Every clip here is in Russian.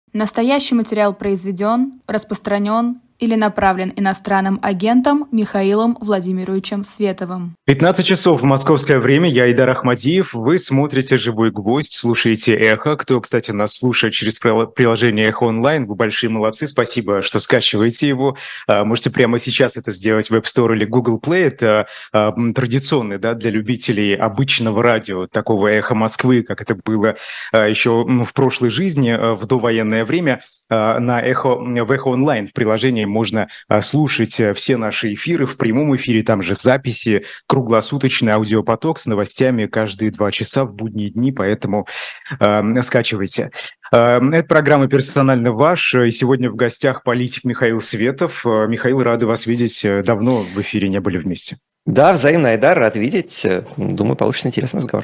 Настоящий материал произведен, распространен или направлен иностранным агентом Михаилом Владимировичем Световым. 15 часов в московское время. Я Айдар Ахмадиев. Вы смотрите «Живой гвоздь», слушаете «Эхо». Кто, кстати, нас слушает через приложение «Эхо онлайн», вы большие молодцы. Спасибо, что скачиваете его. Можете прямо сейчас это сделать в App Store или Google Play. Это традиционный, да, для любителей обычного радио, такого «Эхо Москвы», как это было еще в прошлой жизни, в довоенное время. В «Эхо онлайн» в приложении можно слушать все наши эфиры в прямом эфире, там же записи, круглосуточный аудиопоток с новостями каждые 2 часа в будние дни, поэтому скачивайте. Это программа «Персонально ваш», и сегодня в гостях политик Михаил Светов. Михаил, рады вас видеть, давно в эфире не были вместе. Да, взаимно, Айдар, рад видеть, думаю, получится интересный разговор.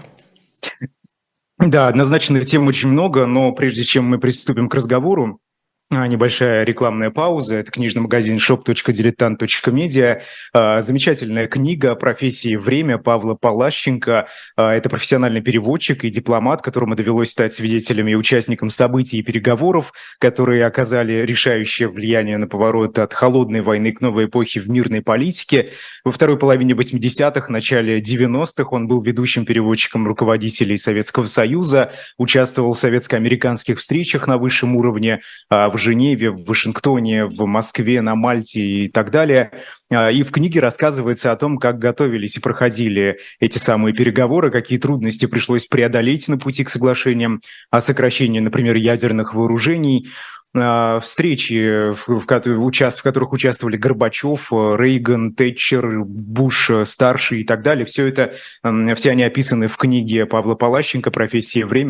Да, однозначно тем очень много, но прежде чем мы приступим к разговору, небольшая рекламная пауза. Это книжный магазин shop.diletant.media. Замечательная книга о профессии «Время» Павла Палащенко. Это профессиональный переводчик и дипломат, которому довелось стать свидетелем и участником событий и переговоров, которые оказали решающее влияние на поворот от холодной войны к новой эпохе в мирной политике. Во второй половине 80-х, начале 90-х он был ведущим переводчиком руководителей Советского Союза, участвовал в советско-американских встречах на высшем уровне, в Женеве, в Вашингтоне, в Москве, на Мальте и так далее. И в книге рассказывается о том, как готовились и проходили эти самые переговоры, какие трудности пришлось преодолеть на пути к соглашениям о сокращении, например, ядерных вооружений, встречи, в которых участвовали Горбачев, Рейган, Тэтчер, Буш-старший и так далее. Все они описаны в книге Павла Палащенко «Профессия время»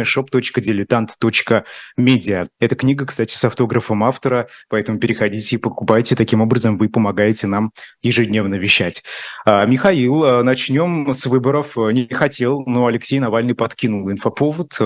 shop.diletant.media. Эта книга, кстати, с автографом автора, поэтому переходите и покупайте. Таким образом вы помогаете нам ежедневно вещать. Михаил, начнем с выборов. Не хотел, но Алексей Навальный подкинул инфоповод.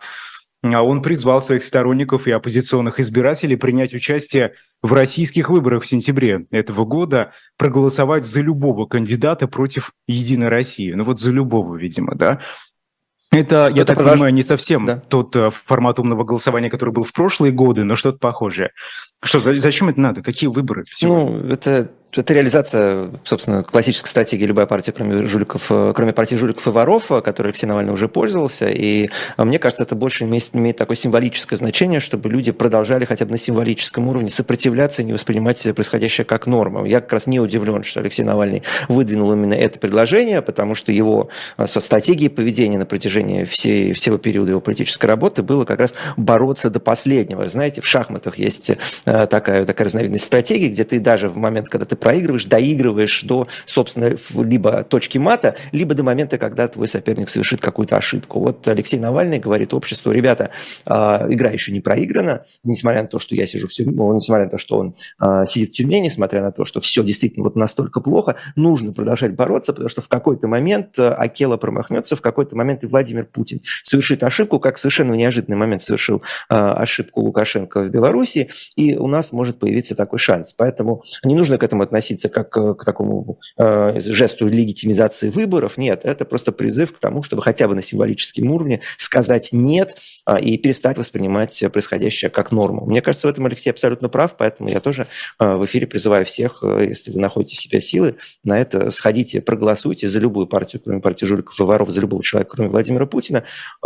Он призвал своих сторонников и оппозиционных избирателей принять участие в российских выборах в сентябре этого года, проголосовать за любого кандидата против «Единой России». Ну вот за любого, видимо, да? Это, я так понимаю, не совсем тот формат умного голосования, который был в прошлые годы, но что-то похожее. Зачем это надо? Какие выборы? Это реализация, собственно, классической стратегии любой партии, кроме партии жуликов и воров, которой Алексей Навальный уже пользовался. И мне кажется, это больше имеет такое символическое значение, чтобы люди продолжали хотя бы на символическом уровне сопротивляться и не воспринимать происходящее как норму. Я как раз не удивлен, что Алексей Навальный выдвинул именно это предложение, потому что его со стратегией поведения на протяжении всего периода его политической работы было как раз бороться до последнего. Знаете, в шахматах есть такая разновидность стратегии, где ты даже в момент, когда ты проигрываешь, доигрываешь до, собственно, либо точки мата, либо до момента, когда твой соперник совершит какую-то ошибку. Вот Алексей Навальный говорит обществу: ребята, игра еще не проиграна, несмотря на то, что я сижу в тюрьме, несмотря на то, что он сидит в тюрьме, несмотря на то, что все действительно вот настолько плохо, нужно продолжать бороться, потому что в какой-то момент Акела промахнется, в какой-то момент и Владимир Путин совершит ошибку, как совершенно в неожиданный момент совершил ошибку Лукашенко в Беларуси, и у нас может появиться такой шанс. Поэтому не нужно к этому относиться как к такому жесту легитимизации выборов. Нет, это просто призыв к тому, чтобы хотя бы на символическом уровне сказать «нет» и перестать воспринимать происходящее как норму. Мне кажется, в этом Алексей абсолютно прав, поэтому я тоже в эфире призываю всех, если вы находите в себе силы на это, сходите, проголосуйте за любую партию, кроме партии жуликов и воров, за любого человека, кроме Владимира Путина.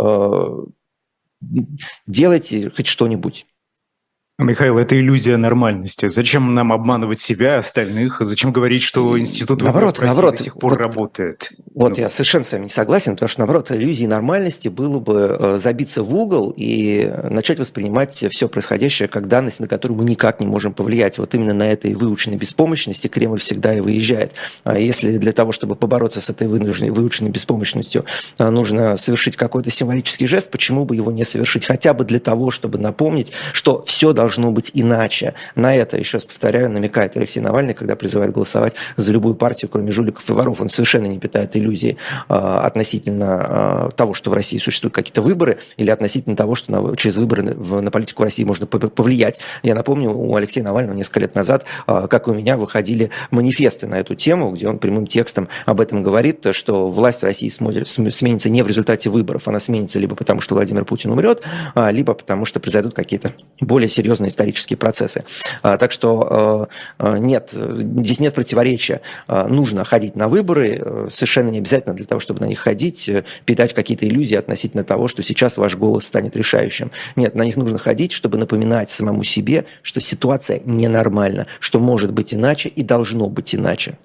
Делайте хоть что-нибудь. Михаил, это иллюзия нормальности. Зачем нам обманывать себя, остальных? Зачем говорить, что институт выборов до сих пор работает? Я совершенно с вами не согласен, потому что, наоборот, иллюзией нормальности было бы забиться в угол и начать воспринимать все происходящее как данность, на которую мы никак не можем повлиять. Вот именно на этой выученной беспомощности Кремль всегда и выезжает. А если для того, чтобы побороться с этой выученной беспомощностью, нужно совершить какой-то символический жест, почему бы его не совершить? Хотя бы для того, чтобы напомнить, что все должно должно быть иначе. На это, еще раз повторяю, намекает Алексей Навальный, когда призывает голосовать за любую партию, кроме жуликов и воров. Он совершенно не питает иллюзий относительно того, что в России существуют какие-то выборы, или относительно того, что через выборы на политику России можно повлиять. Я напомню, у Алексея Навального несколько лет назад, как и у меня, выходили манифесты на эту тему, где он прямым текстом об этом говорит, что власть в России сменится не в результате выборов, она сменится либо потому, что Владимир Путин умрет, либо потому, что произойдут какие-то более серьезные исторические процессы. Так что нет, здесь нет противоречия. Нужно ходить на выборы, совершенно не обязательно для того, чтобы на них ходить, питать какие-то иллюзии относительно того, что сейчас ваш голос станет решающим. Нет, на них нужно ходить, чтобы напоминать самому себе, что ситуация ненормальна, что может быть иначе и должно быть иначе.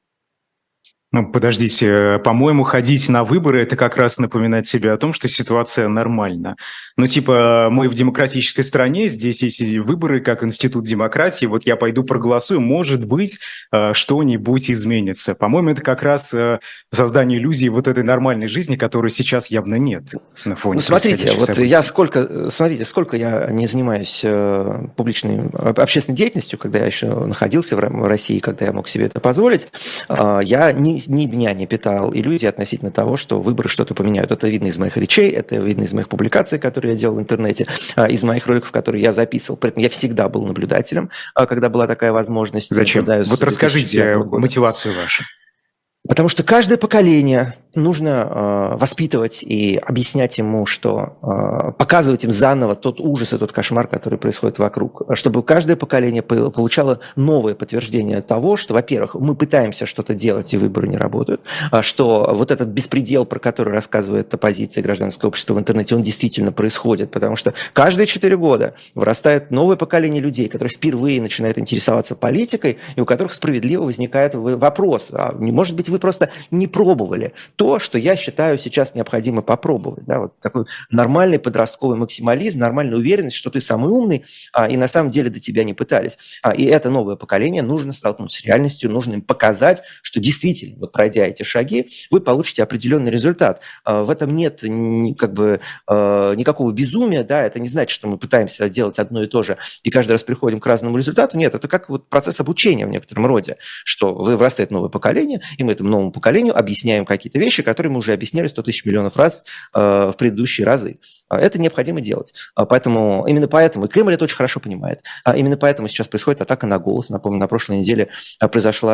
Ну, подождите, по-моему, ходить на выборы – это как раз напоминать себе о том, что ситуация нормальна. Ну, типа, мы в демократической стране, здесь есть выборы как институт демократии, вот я пойду проголосую, может быть, что-нибудь изменится. По-моему, это как раз создание иллюзии вот этой нормальной жизни, которой сейчас явно нет на фоне происходящих событий. Смотрите, сколько я не занимаюсь публичной, общественной деятельностью, когда я еще находился в России, когда я мог себе это позволить, я ни дня не питал иллюзий относительно того, что выборы что-то поменяют. Это видно из моих речей, это видно из моих публикаций, которые я делал в интернете, из моих роликов, которые я записывал. Поэтому я всегда был наблюдателем, когда была такая возможность. Зачем? Вот расскажите мотивацию вашу. Потому что каждое поколение нужно воспитывать и объяснять ему, что показывать им заново тот ужас и тот кошмар, который происходит вокруг, чтобы каждое поколение получало новое подтверждение того, что, во-первых, мы пытаемся что-то делать, и выборы не работают, что вот этот беспредел, про который рассказывает оппозиция и гражданское общество в интернете, он действительно происходит, потому что каждые 4 года вырастает новое поколение людей, которые впервые начинают интересоваться политикой, и у которых справедливо возникает вопрос, а не может быть, вы просто не пробовали то, что я считаю сейчас необходимо попробовать. Да? Вот такой нормальный подростковый максимализм, нормальная уверенность, что ты самый умный, и на самом деле до тебя не пытались. И это новое поколение нужно столкнуть с реальностью, нужно им показать, что действительно, вот пройдя эти шаги, вы получите определенный результат. В этом нет никакого безумия, да? Это не значит, что мы пытаемся делать одно и то же, и каждый раз приходим к разному результату. Нет, это как вот процесс обучения в некотором роде, что вырастает новое поколение, и мы этому новому поколению объясняем какие-то вещи, которые мы уже объясняли 100 тысяч миллионов раз в предыдущие разы. Это необходимо делать. Именно поэтому, и Кремль это очень хорошо понимает, именно поэтому сейчас происходит атака на голос. Напомню, на прошлой неделе произошел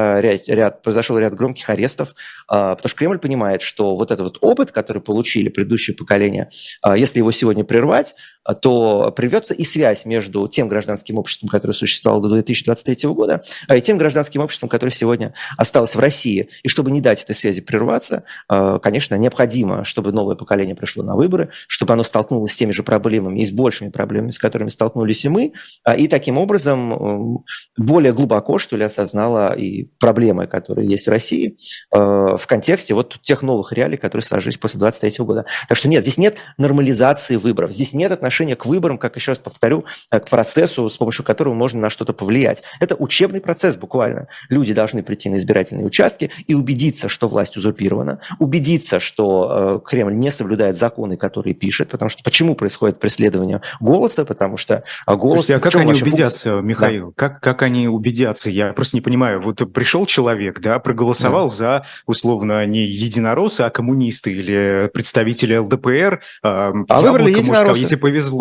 ряд громких арестов, потому что Кремль понимает, что вот этот вот опыт, который получили предыдущее поколение, если его сегодня прервать, то прервется и связь между тем гражданским обществом, которое существовало до 2023 года, и тем гражданским обществом, которое сегодня осталось в России. И чтобы не дать этой связи прерваться, конечно, необходимо, чтобы новое поколение пришло на выборы, чтобы оно столкнулось с теми же проблемами и с большими проблемами, с которыми столкнулись и мы, и таким образом более глубоко, что ли, осознало и проблемы, которые есть в России, в контексте вот тех новых реалий, которые сложились после 2023 года. Так что нет, здесь нет нормализации выборов, здесь нет отношения к выборам, как еще раз повторю, к процессу, с помощью которого можно на что-то повлиять. Это учебный процесс буквально. Люди должны прийти на избирательные участки и убедиться, что власть узурпирована, убедиться, что Кремль не соблюдает законы, которые пишет, потому что почему происходит преследование голоса, потому что голос... Слушайте, а как они убедятся, Михаил? Да. Как они убедятся? Я просто не понимаю. Вот пришел человек, да, проголосовал за, условно, не единороссы, а коммунисты или представители ЛДПР. Выбрали единороссы. Если повезло.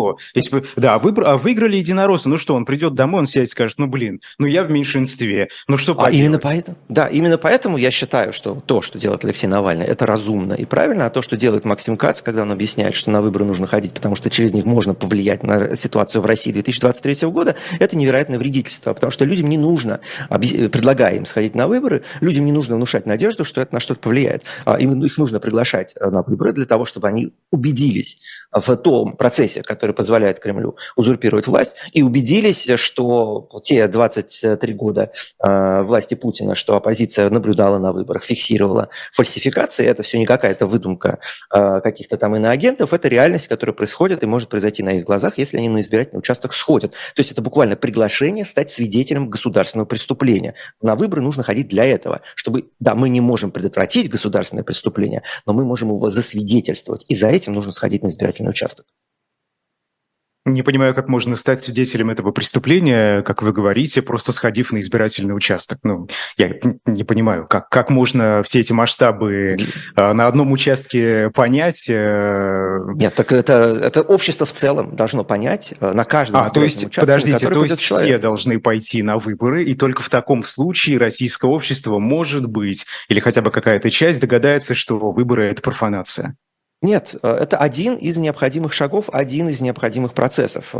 Выиграли единороссы. Ну что, он придет домой, он сядет и скажет, я в меньшинстве. Ну что поделать? Именно поэтому я считаю, что то, что делает Алексей Навальный, это разумно и правильно, а то, что делает Максим Кац, когда он объясняет, что на выборы нужно ходить, потому что через них можно повлиять на ситуацию в России 2023 года, это невероятное вредительство, потому что людям не нужно, предлагая им сходить на выборы, людям не нужно внушать надежду, что это на что-то повлияет. Их нужно приглашать на выборы для того, чтобы они убедились в том процессе, который позволяет Кремлю узурпировать власть, и убедились, что те 23 года власти Путина, что оппозиция наблюдала на выборах, фиксировала фальсификации, это все не какая-то выдумка каких-то там иноагентов, это реальность, которая происходит и может произойти на их глазах, если они на избирательный участок сходят. То есть это буквально приглашение стать свидетелем государственного преступления. На выборы нужно ходить для этого, чтобы, мы не можем предотвратить государственное преступление, но мы можем его засвидетельствовать, и за этим нужно сходить на избирательный участок. Не понимаю, как можно стать свидетелем этого преступления, как вы говорите, просто сходив на избирательный участок. Ну, я не понимаю, как можно все эти масштабы на одном участке понять. Нет, так это общество в целом должно понять на каждом избирательном участке, подождите, на который пойдет человек. Все должны пойти на выборы, и только в таком случае российское общество, может быть, или хотя бы какая-то часть догадается, что выборы – это профанация. Нет, это один из необходимых шагов, один из необходимых процессов.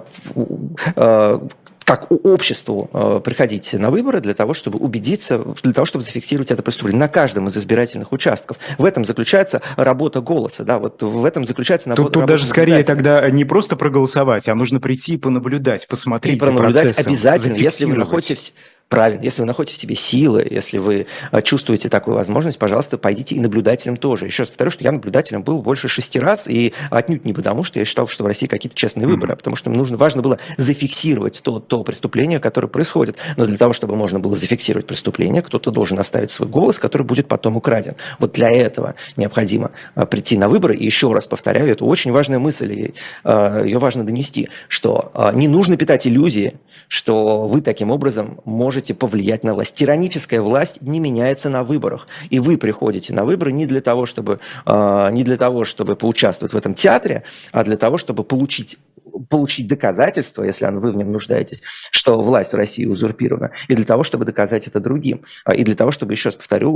Как обществу приходить на выборы для того, чтобы убедиться, для того, чтобы зафиксировать это преступление на каждом из избирательных участков. В этом заключается работа «Голоса». Да, вот в этом заключается работа. Тут даже скорее тогда не просто проголосовать, а нужно прийти и понаблюдать, посмотреть. И пронаблюдать обязательно, если вы находитесь... Правильно. Если вы находите в себе силы, если вы чувствуете такую возможность, пожалуйста, пойдите и наблюдателем тоже. Еще раз повторю, что я наблюдателем был больше 6 раз, и отнюдь не потому, что я считал, что в России какие-то честные выборы, а потому что важно было зафиксировать то преступление, которое происходит. Но для того, чтобы можно было зафиксировать преступление, кто-то должен оставить свой голос, который будет потом украден. Вот для этого необходимо прийти на выборы. И еще раз повторяю, это очень важная мысль, и ее важно донести, что не нужно питать иллюзии, что вы таким образом можете повлиять на власть. Тираническая власть не меняется на выборах. И вы приходите на выборы не для того, чтобы поучаствовать в этом театре, а для того, чтобы получить доказательства, если вы в нем нуждаетесь, что власть в России узурпирована, и для того, чтобы доказать это другим. И для того, чтобы, еще раз повторю,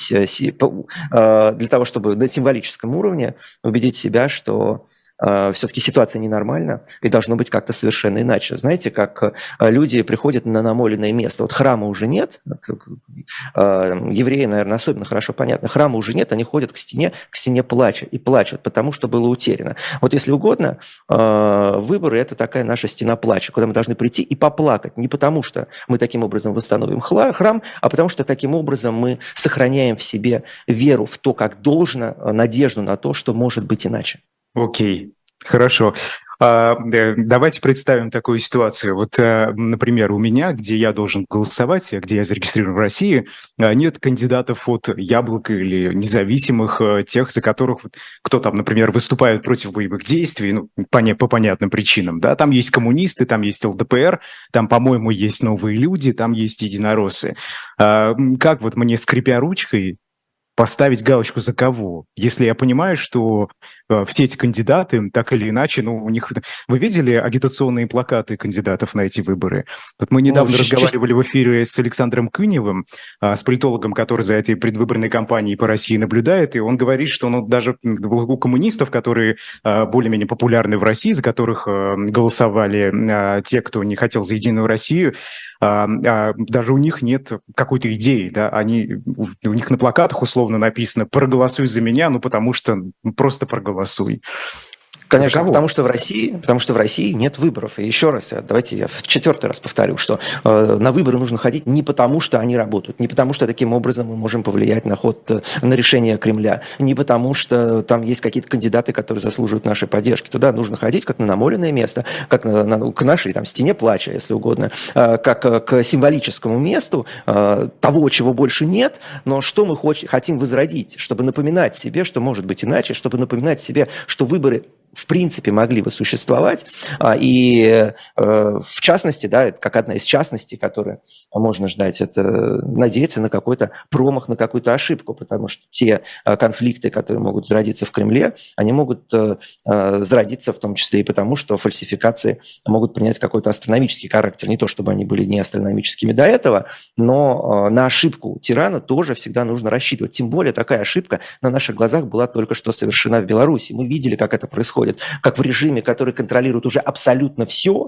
для того, чтобы на символическом уровне убедить себя, что все-таки ситуация ненормальна и должно быть как-то совершенно иначе. Знаете, как люди приходят на намоленное место. Вот храма уже нет, евреи, наверное, особенно хорошо понятно, храма уже нет, они ходят к стене плача и плачут, потому что было утеряно. Вот если угодно, выборы – это такая наша стена плача, куда мы должны прийти и поплакать. Не потому что мы таким образом восстановим храм, а потому что таким образом мы сохраняем в себе веру в то, как должно, надежду на то, что может быть иначе. Окей, хорошо. Давайте представим такую ситуацию. Вот, например, у меня, где я должен голосовать, где я зарегистрирован в России, нет кандидатов от Яблока или независимых, тех, за которых кто там, например, выступает против боевых действий, по понятным причинам. Да? Там есть коммунисты, там есть ЛДПР, там, по-моему, есть новые люди, там есть единороссы. Как вот мне, скрипя ручкой, поставить галочку за кого? Если я понимаю, что все эти кандидаты, так или иначе, у них... Вы видели агитационные плакаты кандидатов на эти выборы? Вот мы недавно разговаривали в эфире с Александром Кыневым, с политологом, который за этой предвыборной кампанией по России наблюдает, и он говорит, что даже у коммунистов, которые более-менее популярны в России, за которых голосовали те, кто не хотел за Единую Россию, даже у них нет какой-то идеи, да, у них на плакатах условно написано «проголосуй за меня», потому что просто проголосуй. Конечно, потому что в России нет выборов. И еще раз, давайте я в 4-й раз повторю, что на выборы нужно ходить не потому, что они работают, не потому, что таким образом мы можем повлиять на решение Кремля, не потому, что там есть какие-то кандидаты, которые заслуживают нашей поддержки. Туда нужно ходить как на намоленное место, как к нашей стене плача, если угодно, как к символическому месту того, чего больше нет, но что мы хотим возродить, чтобы напоминать себе, что может быть иначе, чтобы напоминать себе, что выборы в принципе могли бы существовать, и в частности, да, это как одна из частностей, которые можно ждать, это надеяться на какой-то промах, на какую-то ошибку, потому что те конфликты, которые могут зародиться в Кремле, они могут зародиться в том числе и потому, что фальсификации могут принять какой-то астрономический характер, не то чтобы они были не астрономическими до этого, но на ошибку тирана тоже всегда нужно рассчитывать, тем более такая ошибка на наших глазах была только что совершена в Беларуси, мы видели, как это происходит, как в режиме, который контролирует уже абсолютно все,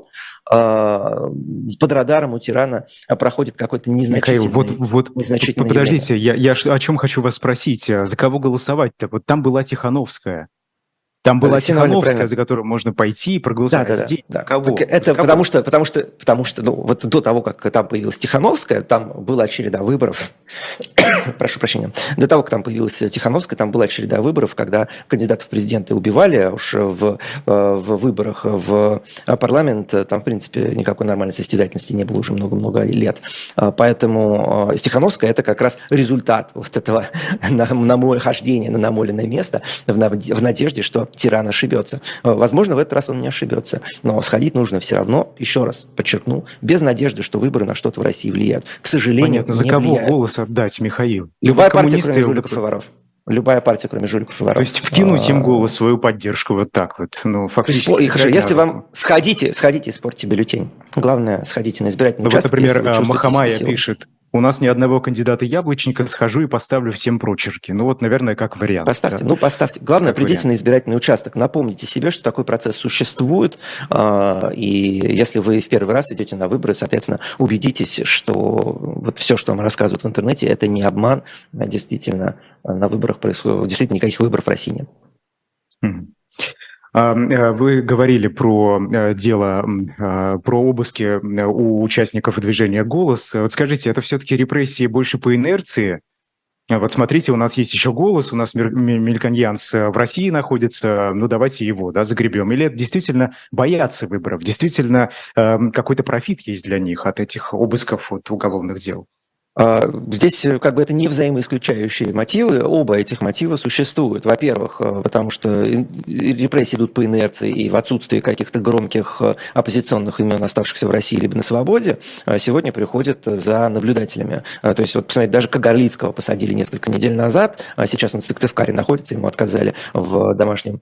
под радаром у тирана проходит какой-то незначительный... Михаил, подождите, я о чем хочу вас спросить. За кого голосовать-то? Вот там была Тихановская. Там была Тихановская, за которую можно пойти и проголосовать. Да. Кого? Это потому что вот до того, как там появилась Тихановская, там была череда выборов. Прошу прощения. До того, как там появилась Тихановская, там была череда выборов, когда кандидатов в президенты убивали, а уж в выборах в парламент там, в принципе, никакой нормальной состязательности не было уже много-много лет. Поэтому Тихановская – это как раз результат вот этого хождения на намоленное место в надежде, что тиран ошибется. Возможно, в этот раз он не ошибется, но сходить нужно все равно, еще раз подчеркну, без надежды, что выборы на что-то в России влияют. К сожалению, понятно, за не кого влияют. голос отдать, Михаил? Любая партия, кроме жуликов и воров. Любая партия, кроме жуликов и воров. То есть вкинуть им голос, свою поддержку вот так вот, ну, фактически. Хорошо, если вам сходите, испортите бюллетень. Главное, сходите на избирательный участок. Вот, например, Махамая пишет: у нас ни одного кандидата яблочника, схожу и поставлю всем прочерки. Ну вот, наверное, как вариант. Поставьте, да? Поставьте. Главное, придите на избирательный участок, напомните себе, что такой процесс существует, и если вы в первый раз идете на выборы, соответственно, убедитесь, что вот все, что вам рассказывают в интернете, это не обман, а действительно на выборах происходит, действительно никаких выборов в России нет. Вы говорили про дело, про обыски у участников движения «Голос». Вот скажите, это все-таки репрессии больше по инерции? Вот смотрите, у нас есть еще «Голос», у нас Мельконьянс в России находится, ну давайте его, да, загребем. Или это действительно боятся выборов, действительно какой-то профит есть для них от этих обысков, от уголовных дел? Здесь как бы это не взаимоисключающие мотивы, оба этих мотива существуют. Во-первых, потому что репрессии идут по инерции, и в отсутствии каких-то громких оппозиционных имен, оставшихся в России либо на свободе, сегодня приходят за наблюдателями. То есть вот посмотрите, даже Кагарлицкого посадили несколько недель назад, сейчас он в Сыктывкаре находится, ему отказали в домашнем,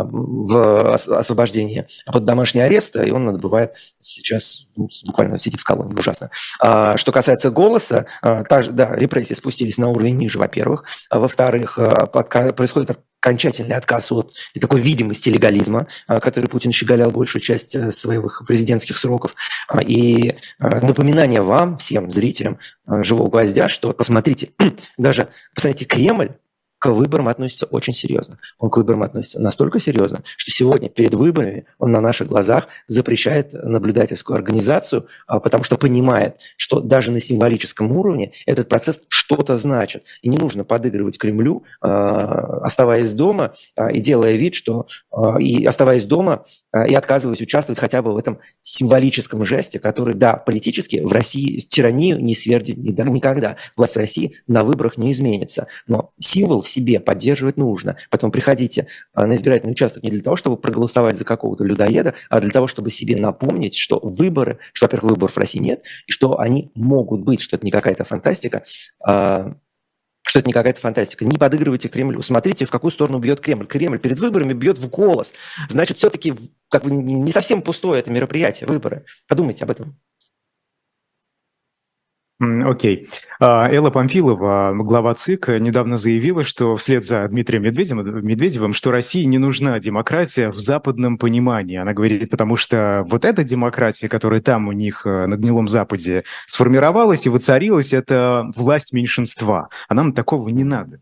в освобождении под домашний арест, и он отбывает сейчас, буквально сидит в колонии, ужасно. Что касается «Голоса», да, репрессии спустились на уровень ниже, во-первых. Во-вторых, происходит окончательный отказ от такой видимости легализма, который Путин щеголял большую часть своих президентских сроков. И напоминание вам, всем зрителям «Живого гвоздя», что посмотрите, даже посмотрите, Кремль к выборам относится очень серьезно. Он к выборам относится настолько серьезно, что сегодня перед выборами он на наших глазах запрещает наблюдательскую организацию, потому что понимает, что даже на символическом уровне этот процесс что-то значит. И не нужно подыгрывать Кремлю, оставаясь дома и делая вид, что и оставаясь дома и отказываясь участвовать хотя бы в этом символическом жесте, который, да, политически в России тиранию не свергнет никогда. Власть в России на выборах не изменится. Но символ в себе поддерживать нужно. Поэтому приходите на избирательный участок не для того, чтобы проголосовать за какого-то людоеда, а для того, чтобы себе напомнить, что выборы, что, во-первых, выборов в России нет, и что они могут быть, что это не какая-то фантастика, Не подыгрывайте Кремлю. Смотрите, в какую сторону бьет Кремль. Кремль перед выборами бьет в голос. Значит, все-таки как бы не совсем пустое это мероприятие, выборы. Подумайте об этом. Окей. Элла Памфилова, глава ЦИК, недавно заявила, что вслед за Дмитрием Медведевым, что России не нужна демократия в западном понимании. Она говорит, потому что вот эта демократия, которая там у них на гнилом Западе сформировалась и воцарилась, это власть меньшинства. А нам такого не надо.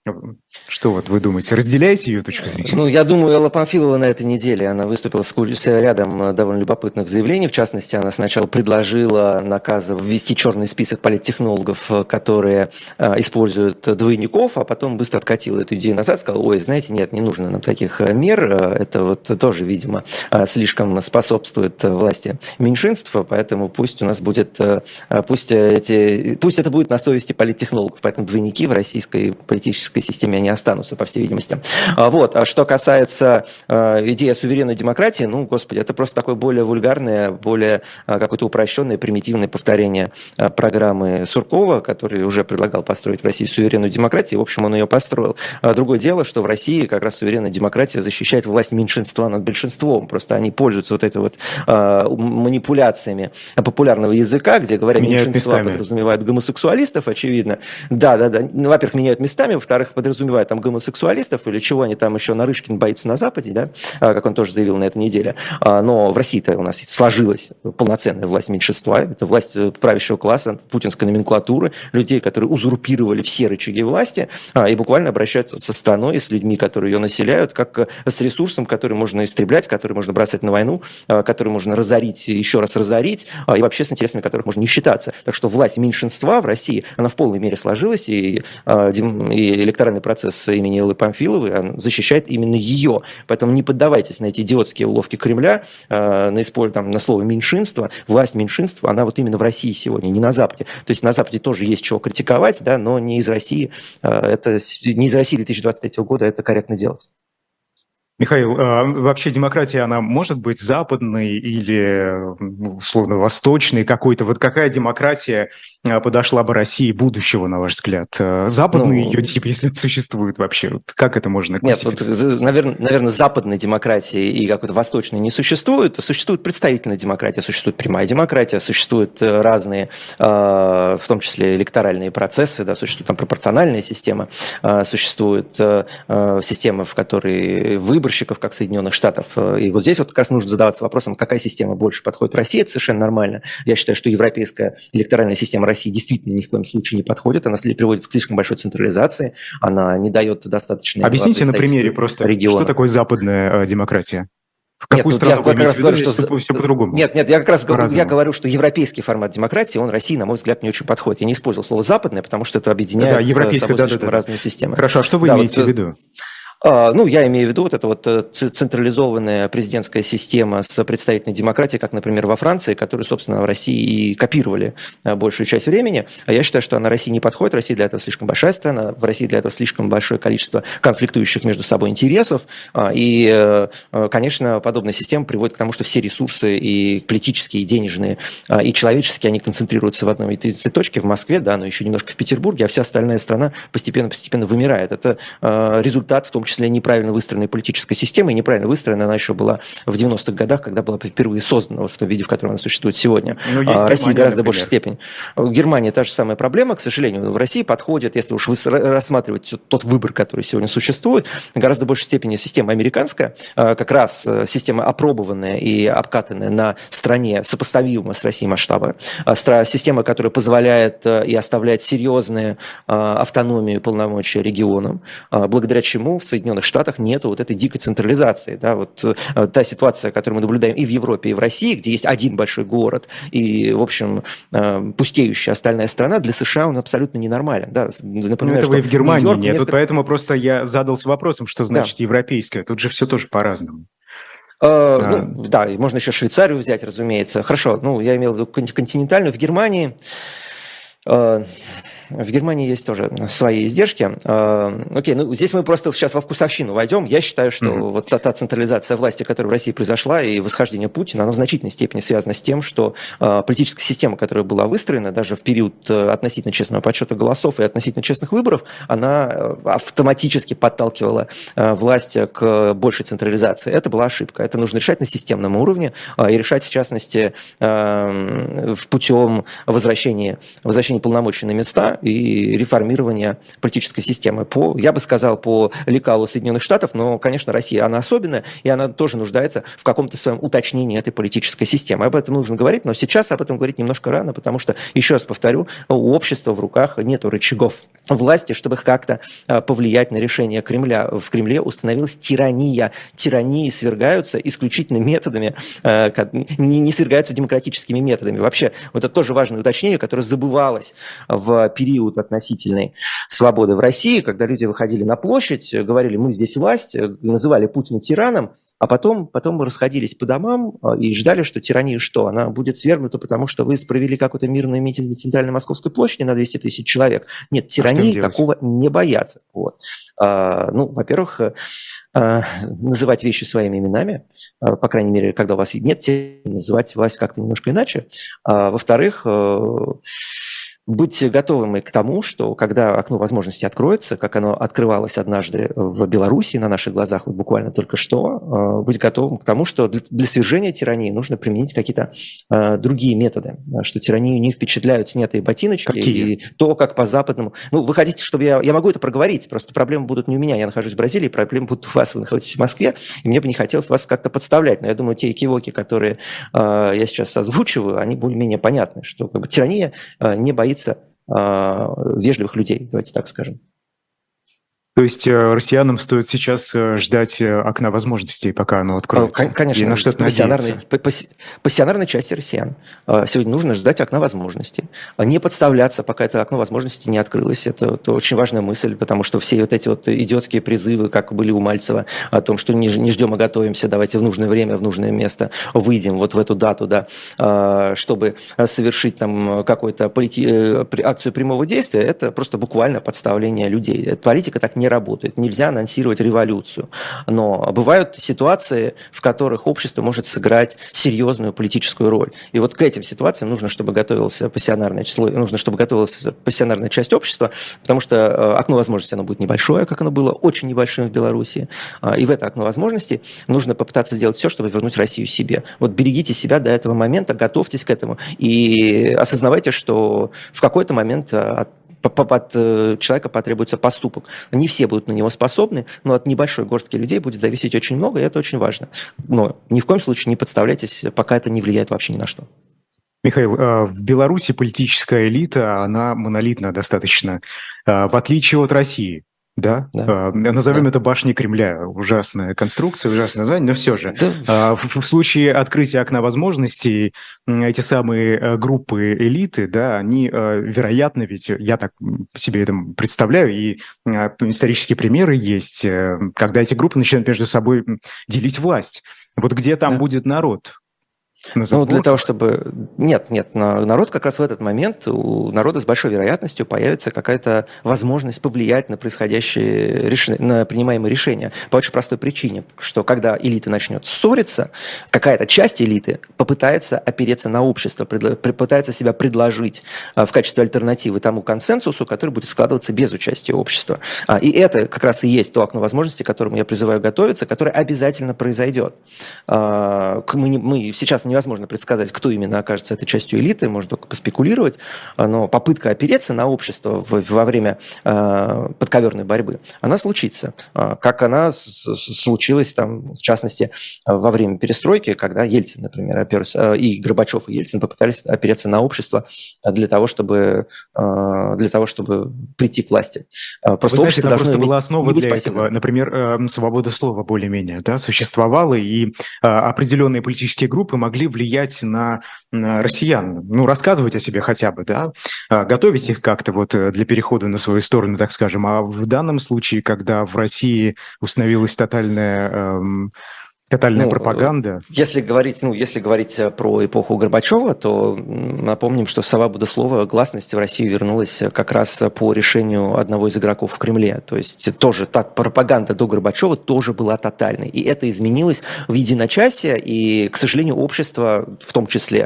Что вот вы думаете, разделяете ее точку зрения? Ну, я думаю, Элла Памфилова на этой неделе, она выступила с рядом довольно любопытных заявлений. В частности, она сначала предложила ввести черный список политтехнологов, которые используют двойников, а потом быстро откатила эту идею назад, сказала: ой, знаете, нет, не нужно нам таких мер, это вот тоже, видимо, слишком способствует власти меньшинства, поэтому пусть у нас будет, пусть это будет на совести политтехнологов, поэтому двойники в российской политической системе не останутся, по всей видимости. Вот. А что касается идеи суверенной демократии, ну, господи, это просто такое более вульгарное, более какое-то упрощенное, примитивное повторение программы Суркова, который уже предлагал построить в России суверенную демократию, и, в общем, он ее построил. Другое дело, что в России как раз суверенная демократия защищает власть меньшинства над большинством. Просто они пользуются вот этой вот манипуляциями популярного языка, где, говоря меньшинства, подразумевают гомосексуалистов, очевидно. Да. Ну, во-первых, меняют местами, во-вторых, подразумевают там гомосексуалистов или чего они там еще, Нарышкин боится на Западе, да, как он тоже заявил на этой неделе. Но в России-то у нас сложилась полноценная власть меньшинства, это власть правящего класса, путинской номенклатуры, людей, которые узурпировали все рычаги власти и буквально обращаются со страной, с людьми, которые ее населяют, как с ресурсом, который можно истреблять, который можно бросать на войну, который можно разорить, еще раз разорить, и вообще с интересами которых можно не считаться. Так что власть меньшинства в России, она в полной мере сложилась, и электоральный процесс имени Эллы Памфиловой защищает именно ее. Поэтому не поддавайтесь на эти идиотские уловки Кремля, на слово меньшинство. Власть меньшинства, она вот именно в России сегодня, не на Западе. То есть на Западе тоже есть чего критиковать, да, но не из России. Не из России 2023 года это корректно делать. Михаил, вообще демократия, она может быть западной или, условно, восточной какой-то? Вот какая демократия подошла бы России будущего, на ваш взгляд? Западный ее тип, если он существует вообще? Вот как это можно классифицировать? Нет, вот, наверное, западной демократии и какой-то восточной не существует. Существует представительная демократия, существует прямая демократия, существуют разные, в том числе электоральные процессы, да, существует там пропорциональная система, существует система, в которой выборщиков, как Соединенных Штатов. И вот здесь вот как раз нужно задаваться вопросом, какая система больше подходит России. Это совершенно нормально. Я считаю, что европейская электоральная система России действительно ни в коем случае не подходит. Она приводит к слишком большой централизации. Она не дает достаточно... Объясните на примере просто, региона. Что такое западная демократия? В какую страну я как раз говорю, что все по-другому? Нет, я как раз говорю, что европейский формат демократии, он России, на мой взгляд, не очень подходит. Я не использовал слово «западная», потому что это объединяет собой слишком разные системы. Хорошо, а что вы имеете в виду? Ну, я имею в виду вот эта вот централизованная президентская система с представительной демократией, как, например, во Франции, которую, собственно, в России и копировали большую часть времени. А я считаю, что она России не подходит. Россия для этого слишком большая страна, в России для этого слишком большое количество конфликтующих между собой интересов. И, конечно, подобная система приводит к тому, что все ресурсы и политические, и денежные, и человеческие, они концентрируются в одной единственной точке в Москве, да, но еще немножко в Петербурге, а вся остальная страна постепенно вымирает. Это результат, в том числе, неправильно выстроенной политической системы, и неправильно выстроена она еще была в 90-х годах, когда была впервые создана вот в том виде, в котором она существует сегодня. Россия гораздо большей степени. В Германии та же самая проблема, к сожалению, в России подходит, если уж вы рассматриваете тот выбор, который сегодня существует, в гораздо большей степени система американская, как раз система опробованная и обкатанная на стране, сопоставимая с Россией масштаба, система, которая позволяет и оставляет серьезную автономию и полномочия регионам, благодаря чему в Соединенных Штатах нету вот этой дикой централизации. Да, вот та ситуация, которую мы наблюдаем и в Европе, и в России, где есть один большой город и, в общем, пустеющая остальная страна, для США он абсолютно ненормален. Да. Например, этого и в Германии нет. Тут поэтому просто я задался вопросом, что значит европейская. Тут же все тоже по-разному. Да, можно еще Швейцарию взять, разумеется. Хорошо, я имел в виду континентальную. В Германии есть тоже свои издержки. Окей, здесь мы просто сейчас во вкусовщину войдем. Я считаю, что вот та централизация власти, которая в России произошла, и восхождение Путина, она в значительной степени связана с тем, что политическая система, которая была выстроена даже в период относительно честного подсчета голосов и относительно честных выборов, она автоматически подталкивала власть к большей централизации. Это была ошибка. Это нужно решать на системном уровне и решать, в частности, путем возвращения полномочий на места и реформирования политической системы. Я бы сказал, по лекалу Соединенных Штатов, но, конечно, Россия, она особенная, и она тоже нуждается в каком-то своем уточнении этой политической системы. Об этом нужно говорить, но сейчас об этом говорить немножко рано, потому что, еще раз повторю, у общества в руках нету рычагов власти, чтобы как-то повлиять на решение Кремля. В Кремле установилась тирания. Тирании свергаются исключительно методами, не свергаются демократическими методами. Вообще, вот это тоже важное уточнение, которое забывалось в период относительной свободы в России, когда люди выходили на площадь, говорили, мы здесь власть, называли Путина тираном, а потом мы расходились по домам и ждали, что тирания что? Она будет свергнута, потому что вы провели какой-то мирный митинг на центральной Московской площади на 200 тысяч человек. Нет, тирании такого не боятся. Вот. Во-первых, называть вещи своими именами, по крайней мере, когда у вас нет, называть власть как-то немножко иначе. Во-вторых, быть готовыми к тому, что когда окно возможностей откроется, как оно открывалось однажды в Беларуси на наших глазах, вот буквально только что, быть готовым к тому, что для свержения тирании нужно применить какие-то другие методы, что тиранию не впечатляют снятые ботиночки. Какие? И то, как по западному... вы хотите, чтобы я могу это проговорить, просто проблемы будут не у меня, я нахожусь в Бразилии, проблемы будут у вас, вы находитесь в Москве, и мне бы не хотелось вас как-то подставлять, но я думаю, те экивоки, которые я сейчас озвучиваю, они более-менее понятны, что тирания не боится вежливых людей, давайте так скажем. То есть россиянам стоит сейчас ждать окна возможностей, пока оно откроется? Конечно, и на что-то пассионарной части россиян. Сегодня нужно ждать окна возможностей. Не подставляться, пока это окно возможностей не открылось. Это очень важная мысль, потому что все вот эти вот идиотские призывы, как были у Мальцева, о том, что не ждем, а готовимся, давайте в нужное время, в нужное место выйдем вот в эту дату, да, чтобы совершить там какую-то акцию прямого действия, это просто буквально подставление людей. Политика так не не работает. Нельзя анонсировать революцию. Но бывают ситуации, в которых общество может сыграть серьезную политическую роль. И вот к этим ситуациям нужно, чтобы готовилась пассионарная часть общества, потому что окно возможностей оно будет небольшое, как оно было, очень небольшим в Беларуси. И в это окно возможностей нужно попытаться сделать все, чтобы вернуть Россию себе. Вот берегите себя до этого момента, готовьтесь к этому и осознавайте, что в какой-то момент от человека потребуется поступок. Не все будут на него способны, но от небольшой горстки людей будет зависеть очень много, и это очень важно. Но ни в коем случае не подставляйтесь, пока это не влияет вообще ни на что. Михаил, в Беларуси политическая элита, она монолитна достаточно, в отличие от России. Да? Назовем это башней Кремля. Ужасная конструкция, ужасное название, но все же. Да. В случае открытия окна возможностей эти самые группы элиты, да, они, вероятно, ведь я так себе это представляю, и исторические примеры есть, когда эти группы начинают между собой делить власть. Вот где там будет народ? Ну, для того, чтобы... Нет, народ как раз в этот момент, у народа с большой вероятностью появится какая-то возможность повлиять на происходящие на принимаемые решения. По очень простой причине, что когда элита начнет ссориться, какая-то часть элиты попытается опереться на общество, попытается себя предложить в качестве альтернативы тому консенсусу, который будет складываться без участия общества. И это как раз и есть то окно возможностей, к которому я призываю готовиться, которое обязательно произойдет. Мы сейчас невозможно предсказать, кто именно окажется этой частью элиты, можно только поспекулировать, но попытка опереться на общество во время подковерной борьбы, она случится. Как она случилась, там, в частности, во время перестройки, когда Ельцин, например, оперся, и Горбачев, и Ельцин попытались опереться на общество для того, чтобы прийти к власти. Просто общество должно была основа для этого. Например, свобода слова более-менее, да, существовала, и определенные политические группы могли влиять на россиян. Ну, рассказывать о себе хотя бы, да, готовить их как-то вот для перехода на свою сторону, так скажем. А в данном случае, когда в России установилась тотальная пропаганда. Если говорить про эпоху Горбачева, то напомним, что свобода слова, гласность в Россию вернулась как раз по решению одного из игроков в Кремле. То есть тоже пропаганда до Горбачева тоже была тотальной. И это изменилось в единочасье, и, к сожалению, общество, в том числе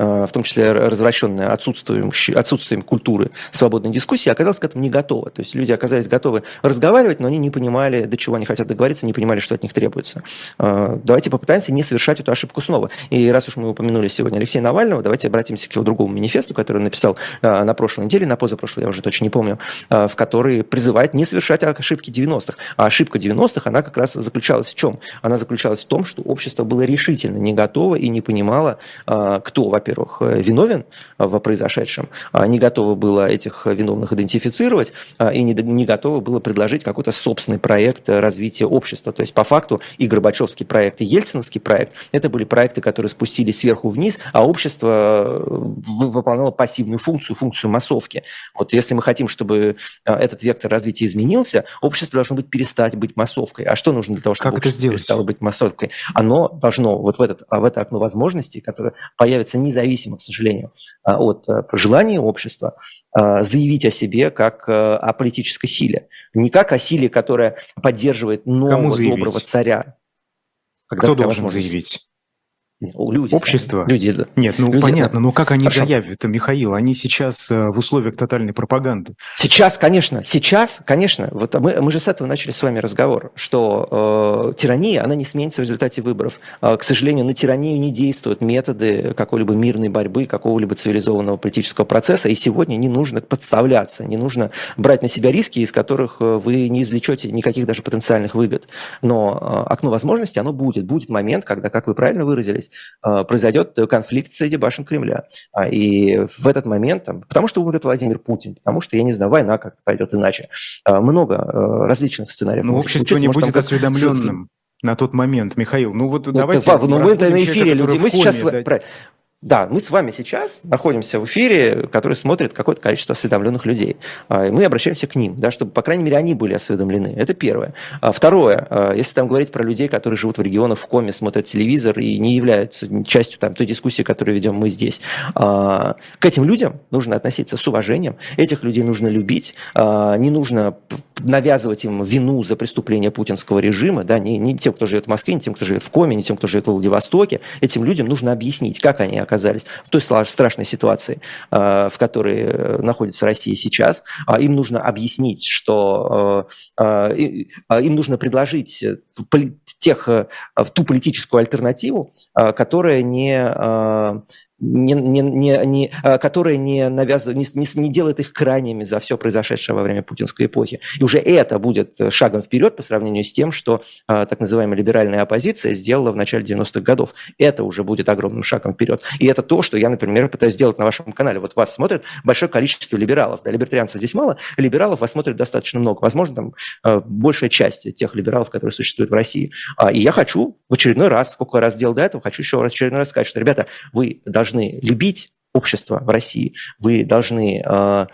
развращенное отсутствием культуры свободной дискуссии, оказалось к этому не готово. То есть люди оказались готовы разговаривать, но они не понимали, до чего они хотят договориться, не понимали, что от них требуется. Давайте попытаемся не совершать эту ошибку снова. И раз уж мы упомянули сегодня Алексея Навального, давайте обратимся к его другому манифесту, который он написал на прошлой неделе, на позапрошлой, я уже точно не помню, в который призывает не совершать ошибки 90-х. А ошибка 90-х, она как раз заключалась в чем? Она заключалась в том, что общество было решительно не готово и не понимало, кто, во-первых, виновен в произошедшем, не готово было этих виновных идентифицировать и не готово было предложить какой-то собственный проект развития общества. То есть, по факту, и Горбачевский проект, и ельциновский проект, это были проекты, которые спустились сверху вниз, а общество выполняло пассивную функцию массовки. Вот если мы хотим, чтобы этот вектор развития изменился, общество должно перестать быть массовкой. А что нужно для того, чтобы общество перестало быть массовкой? Оно должно в это окно возможностей, которое появится независимо, к сожалению, от желания общества, заявить о себе как о политической силе. Не как о силе, которая поддерживает нового доброго царя. Кто должен заявить? Люди. Общество? Люди, да. Нет, понятно, но как они заявят, Михаил? Они сейчас в условиях тотальной пропаганды. Сейчас, конечно. Вот мы же с этого начали с вами разговор, что тирания, она не сменится в результате выборов. К сожалению, на тиранию не действуют методы какой-либо мирной борьбы, какого-либо цивилизованного политического процесса, и сегодня не нужно подставляться, не нужно брать на себя риски, из которых вы не извлечете никаких даже потенциальных выгод. Но окно возможностей, оно будет. Будет момент, когда, как вы правильно выразились, произойдет конфликт среди башен Кремля. И в этот момент, потому что умрет Владимир Путин, потому что, я не знаю, война как-то пойдет иначе, много различных сценариев. Но общество не будет осведомленным на тот момент, Михаил. Ну вот давайте... Мы на эфире, люди, мы сейчас... Да, мы с вами сейчас находимся в эфире, который смотрит какое-то количество осведомленных людей. И мы обращаемся к ним, да, чтобы, по крайней мере, они были осведомлены. Это первое. Второе, если там говорить про людей, которые живут в регионах, в коме, смотрят телевизор и не являются частью там, той дискуссии, которую ведем мы здесь, к этим людям нужно относиться с уважением, этих людей нужно любить, не нужно навязывать им вину за преступление путинского режима, да, не тем, кто живет в Москве, не тем, кто живет в коме, не тем, кто живет в Владивостоке. Этим людям нужно объяснить, как они оказались в той страшной ситуации, в которой находится Россия сейчас. Им нужно объяснить, что им нужно предложить ту политическую альтернативу, которая которая не делает их крайними за все произошедшее во время путинской эпохи. И уже это будет шагом вперед по сравнению с тем, что так называемая либеральная оппозиция сделала в начале 90-х годов. Это уже будет огромным шагом вперед. И это то, что я, например, пытаюсь сделать на вашем канале. Вот вас смотрит большое количество либералов. Да, либертарианцев здесь мало, либералов вас смотрит достаточно много. Возможно, там большая часть тех либералов, которые существуют в России. И я хочу в очередной раз, сколько раз делал до этого, хочу еще раз в очередной раз сказать, что, ребята, вы должны любить общество в России, вы не должны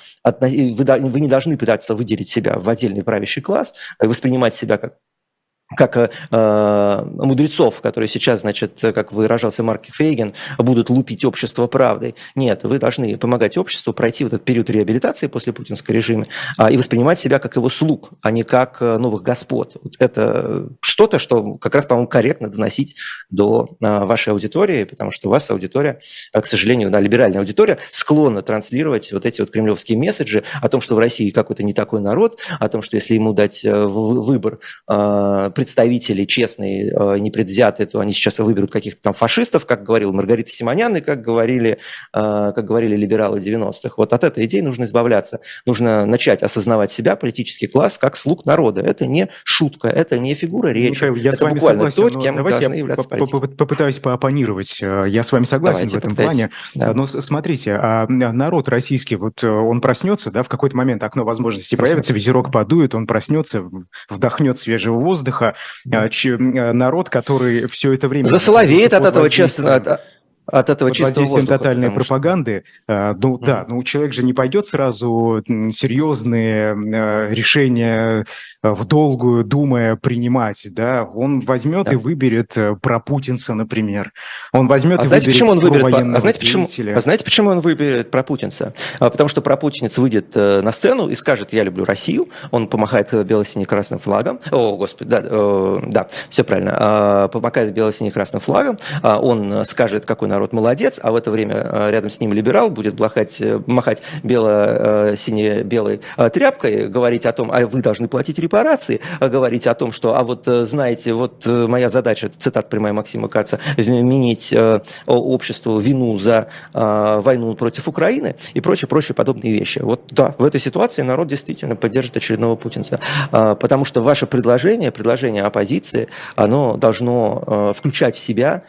пытаться выделить себя в отдельный правящий класс, воспринимать себя как мудрецов, которые сейчас, значит, как выражался Марк Фейгин, будут лупить общество правдой. Нет, вы должны помогать обществу пройти вот этот период реабилитации после путинского режима и воспринимать себя как его слуг, а не как новых господ. Вот это что-то, что как раз, по-моему, корректно доносить до вашей аудитории, потому что у вас аудитория, к сожалению, либеральная аудитория, склонна транслировать вот эти вот кремлевские месседжи о том, что в России какой-то не такой народ, о том, что если ему дать выбор представители честные, непредвзятые, то они сейчас выберут каких-то там фашистов, как говорила Маргарита Симонян и как говорили либералы 90-х. Вот от этой идеи нужно избавляться. Нужно начать осознавать себя, политический класс, как слуг народа. Это не шутка, это не фигура речи. Михаил, я это с вами буквально согласен, то, кем должны являться политики. Попытаюсь поопонировать. Я с вами согласен в этом плане. Да. Но смотрите, народ российский, вот он проснется, да, в какой-то момент окно возможностей появится, ветерок подует, он проснется, вдохнет свежего воздуха. Народ, который все это время... Засоловеет от этого честного... От этого чистого воздуха. Тотальной пропаганды. Человек же не пойдет сразу серьезные решения в долгую, думая, принимать. Да? Он возьмет и выберет пропутинца, например. Он возьмет и знаете, почему он выберет? Знаете, почему он выберет пропутинца? Потому что пропутинец выйдет на сцену и скажет: «Я люблю Россию». Он помахает бело-сине-красным флагом. О, Господи, да, все правильно. Помахает бело-сине-красным флагом. Он скажет, какой народ молодец, а в это время рядом с ним либерал будет махать бело-сине-белой тряпкой, говорить о том, а вы должны платить репарации, говорить о том, что, знаете, моя задача, цитат прямая Максима Каца, вменить обществу вину за войну против Украины и прочие подобные вещи. Вот да, в этой ситуации народ действительно поддержит очередного путинца, потому что ваше предложение оппозиции, оно должно включать в себя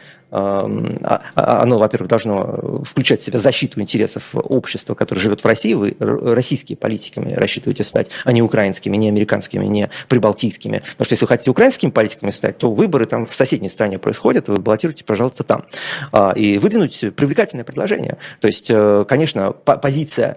оно, во-первых, должно включать в себя защиту интересов общества, которое живет в России. Вы российскими политиками рассчитываете стать, а не украинскими, не американскими, не прибалтийскими. Потому что если вы хотите украинскими политиками стать, то выборы там в соседней стране происходят, вы баллотируете, пожалуйста, там. И выдвинуть привлекательное предложение. То есть, конечно, позиция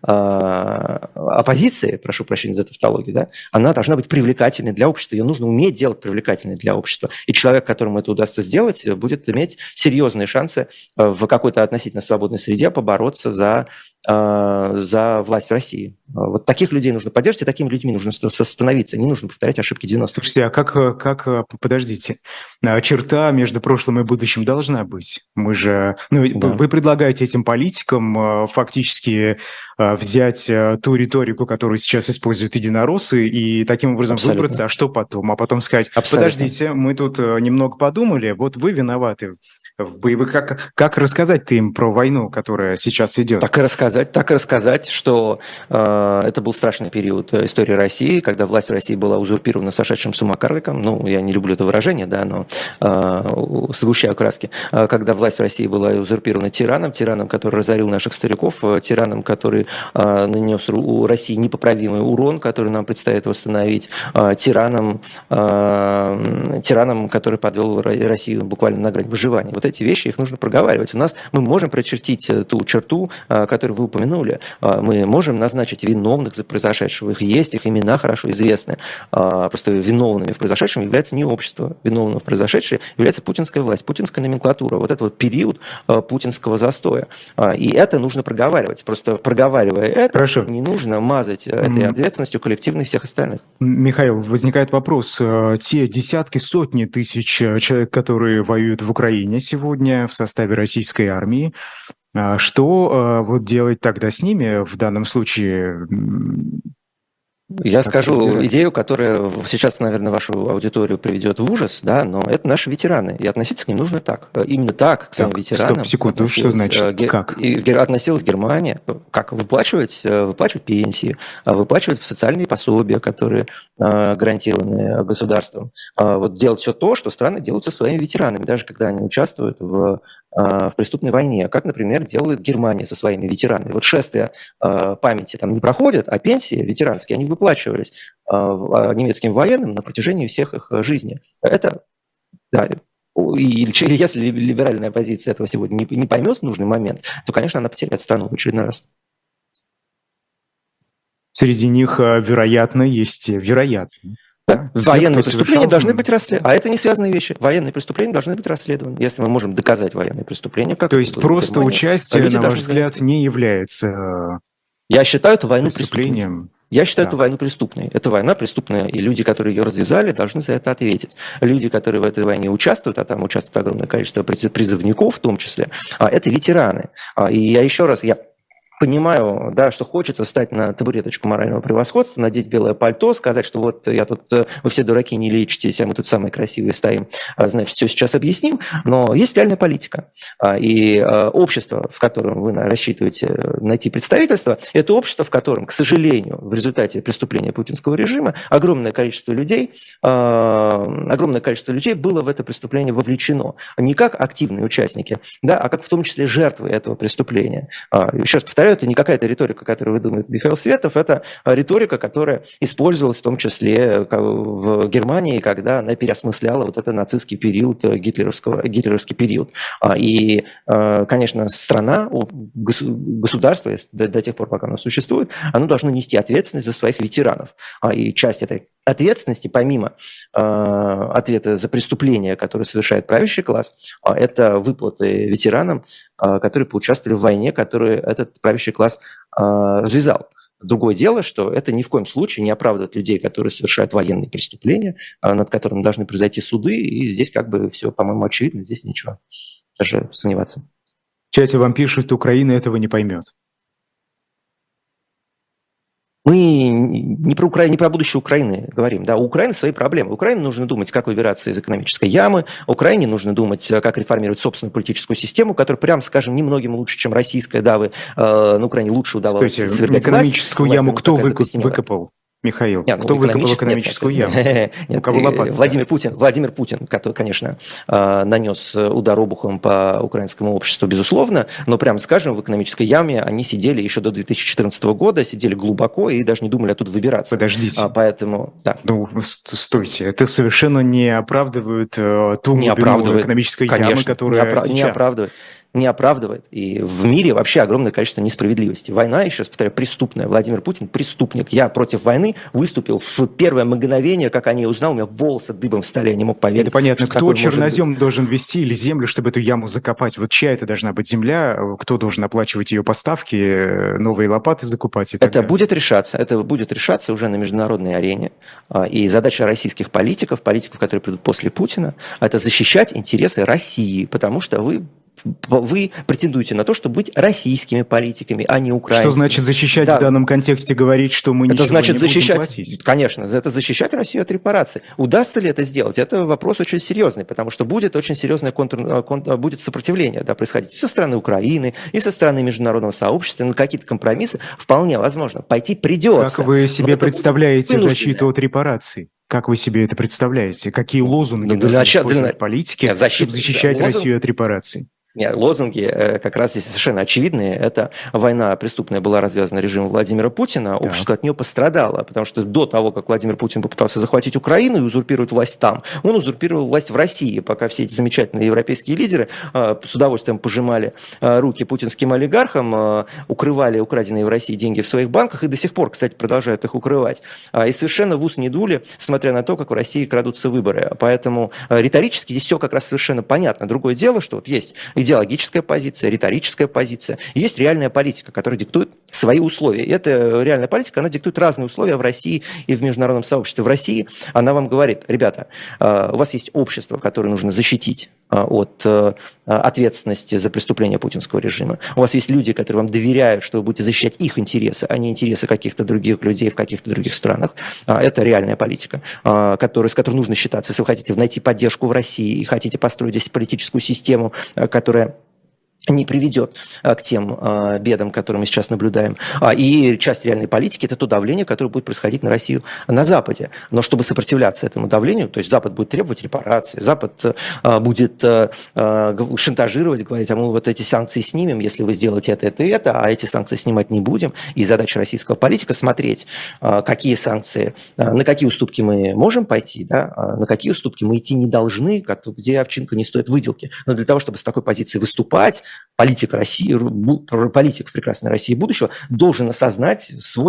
оппозиции, прошу прощения за тавтологию, да, она должна быть привлекательной для общества. Ее нужно уметь делать привлекательной для общества. И человек, которому это удастся сделать, будет иметь серьезные шансы в какой-то относительно свободной среде побороться за власть в России. Вот таких людей нужно поддерживать, и такими людьми нужно становиться. Не нужно повторять ошибки 90-х. Слушайте, а подождите, черта между прошлым и будущим должна быть. Мы же, вы предлагаете этим политикам фактически взять ту риторику, которую сейчас используют единороссы, и таким образом выбраться, а что потом? А потом сказать: подождите, мы тут немного подумали, вот вы виноваты. Как рассказать-то им про войну, которая сейчас идет? Так и рассказать, что это был страшный период истории России, когда власть в России была узурпирована сошедшим с ума карликом. Я не люблю это выражение, да, но сгущаю краски. Когда власть в России была узурпирована тираном, который разорил наших стариков, тираном, который нанес у России непоправимый урон, который нам предстоит восстановить, тираном, который подвел Россию буквально на грань выживания. Вот эти вещи, их нужно проговаривать. Мы можем прочертить ту черту, которую вы упомянули. Мы можем назначить виновных за произошедшее. Их есть, их имена хорошо известны. Просто виновными в произошедшем является не общество. Виновным в произошедшем является путинская власть, путинская номенклатура. Вот это вот период путинского застоя. И это нужно проговаривать. Просто проговаривая это, Хорошо. Не нужно мазать этой ответственностью коллективной всех остальных. Михаил, возникает вопрос. Те десятки, сотни тысяч человек, которые воюют в Украине сегодня в составе российской армии, что вот делать тогда с ними в данном случае? Я скажу идею, которая сейчас, наверное, вашу аудиторию приведет в ужас, да, но это наши ветераны, и относиться к ним нужно так. Именно так к своим ветеранам. Стоп, секунду, что значит как? Относилась Германия, как выплачивать пенсии, выплачивать социальные пособия, которые гарантированы государством. Вот делать все то, что страны делают со своими ветеранами, даже когда они участвуют в преступной войне, как, например, делает Германия со своими ветеранами. Вот шествия памяти там не проходят, а пенсии ветеранские, они выплачивались немецким военным на протяжении всех их жизни. Это, да, и если либеральная оппозиция этого сегодня не поймет в нужный момент, то, конечно, она потеряет страну в очередной раз. Среди них, вероятно, есть вероятно. Да? Военные преступления должны быть расследованы. А это не связанные вещи. Военные преступления должны быть расследованы. Если мы можем доказать военные преступления, как то есть просто участие, на ваш взгляд, не является Я считаю эту войну преступлением. Я считаю эту войну преступной. Это война преступная, и люди, которые ее развязали, должны за это ответить. Люди, которые в этой войне участвуют, а там участвует огромное количество призывников в том числе, это ветераны. И я еще раз, понимаю, да, что хочется встать на табуреточку морального превосходства, надеть белое пальто, сказать, что вот я тут, вы все дураки, не лечитесь, а мы тут самые красивые стоим, значит, все сейчас объясним, но есть реальная политика. И общество, в котором вы рассчитываете найти представительство, это общество, в котором, к сожалению, в результате преступления путинского режима огромное количество людей было в это преступление вовлечено. Не как активные участники, да, а как в том числе жертвы этого преступления. Еще раз повторяю, это не какая-то риторика, которую выдумывает Михаил Светов, это риторика, которая использовалась в том числе в Германии, когда она переосмысляла вот этот нацистский период, гитлеровский период. И, конечно, страна, государство, до тех пор, пока оно существует, оно должно нести ответственность за своих ветеранов. И часть этой ответственности, помимо ответа за преступления, которые совершает правящий класс, это выплаты ветеранам, которые поучаствовали в войне, которую этот правящий класс развязал. Другое дело, что это ни в коем случае не оправдывает людей, которые совершают военные преступления, над которыми должны произойти суды, и здесь как бы все, по-моему, очевидно, здесь ничего даже сомневаться. В чате вам пишут, Украина этого не поймет. Мы не про Украину, не про будущее Украины говорим. Да, у Украины свои проблемы. Украине нужно думать, как выбираться из экономической ямы. Украине нужно думать, как реформировать собственную политическую систему, которая, прямо скажем, немногим лучше, чем российская. Да, на Украине лучше удавалось свергать экономическую яму кто выкопал? Михаил, кто выкопал экономическую яму? У кого лопата? Владимир Путин, который, конечно, нанес удар обухом по украинскому обществу, безусловно, но, прямо скажем, в экономической яме они сидели еще до 2014 года, сидели глубоко и даже не думали оттуда выбираться. Подождите. Поэтому, да. Ну, стойте, это совершенно не оправдывает ту глубину экономической ямы, которая сейчас. Не оправдывает. И в мире вообще огромное количество несправедливости. Война, еще раз повторяю, преступная. Владимир Путин преступник. Я против войны выступил в первое мгновение, как о ней узнал, у меня волосы дыбом встали, я не мог поверить. Это понятно. Кто чернозем должен вести или землю, чтобы эту яму закопать? Вот чья это должна быть земля? Кто должен оплачивать ее поставки, новые лопаты закупать и так далее? Это будет решаться уже на международной арене. И задача российских политиков, которые придут после Путина, это защищать интересы России, потому что вы претендуете на то, чтобы быть российскими политиками, а не украинскими. Что значит защищать в данном контексте, говорить, что мы ничего не будем платить? Конечно, это защищать Россию от репараций. Удастся ли это сделать? Это вопрос очень серьезный, потому что будет очень серьезное будет сопротивление происходить и со стороны Украины, и со стороны международного сообщества. На какие-то компромиссы вполне возможно. Пойти придется. Как вы себе представляете защиту от репараций? Как вы себе это представляете? Какие лозунги должны использовать политики, чтобы защищать Россию от репараций? Нет, лозунги как раз здесь совершенно очевидные. Это война преступная была развязана режимом Владимира Путина, общество от нее пострадало, потому что до того, как Владимир Путин попытался захватить Украину и узурпировать власть там, он узурпировал власть в России, пока все эти замечательные европейские лидеры с удовольствием пожимали руки путинским олигархам, укрывали украденные в России деньги в своих банках и до сих пор, кстати, продолжают их укрывать. И совершенно в ус не дули, смотря на то, как в России крадутся выборы. Поэтому риторически здесь все как раз совершенно понятно. Другое дело, что вот есть идеологическая позиция, риторическая позиция. И есть реальная политика, которая диктует свои условия. И эта реальная политика, она диктует разные условия в России и в международном сообществе. В России она вам говорит: ребята, у вас есть общество, которое нужно защитить от ответственности за преступления путинского режима. У вас есть люди, которые вам доверяют, что вы будете защищать их интересы, а не интересы каких-то других людей в каких-то других странах. Это реальная политика, с которой нужно считаться. Если вы хотите найти поддержку в России и хотите построить здесь политическую систему, которая не приведет к тем бедам, которые мы сейчас наблюдаем. И часть реальной политики – это то давление, которое будет происходить на Россию на Западе. Но чтобы сопротивляться этому давлению, то есть Запад будет требовать репарации, Запад будет шантажировать, говорить: а мы вот эти санкции снимем, если вы сделаете это и это, а эти санкции снимать не будем. И задача российского политика – смотреть, какие санкции, на какие уступки мы можем пойти, да, на какие уступки мы идти не должны, где овчинка не стоит выделки. Но для того, чтобы с такой позиции выступать, политик России, политик в прекрасной России будущего должен осознать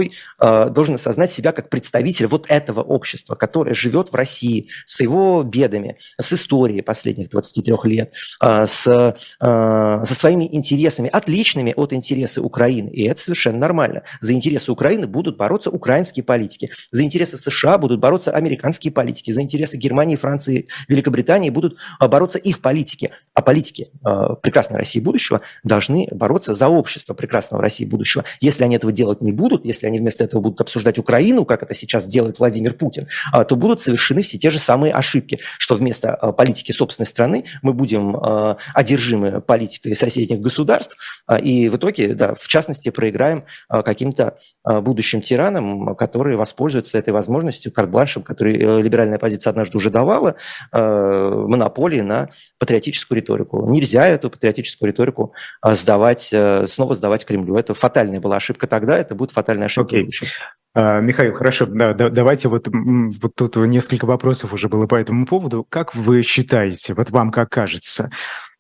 себя как представитель вот этого общества, которое живет в России с его бедами, с историей последних 23 лет, со своими интересами, отличными от интересов Украины. И это совершенно нормально. За интересы Украины будут бороться украинские политики, за интересы США будут бороться американские политики, за интересы Германии, Франции, Великобритании будут бороться их политики. А политики прекрасной России будущего должны бороться за общество прекрасного России будущего. Если они этого делать не будут, если они вместо этого будут обсуждать Украину, как это сейчас делает Владимир Путин, то будут совершены все те же самые ошибки, что вместо политики собственной страны мы будем одержимы политикой соседних государств, и в итоге, да, в частности, проиграем каким-то будущим тиранам, которые воспользуются этой возможностью, карт-бланшем, который либеральная оппозиция однажды уже давала, монополии на патриотическую риторику. Нельзя эту патриотическую риторику снова сдавать Кремлю. Это фатальная была ошибка тогда, это будет фатальная ошибка в будущем. Михаил, хорошо, давайте вот тут несколько вопросов уже было по этому поводу. Как вы считаете, вот вам как кажется,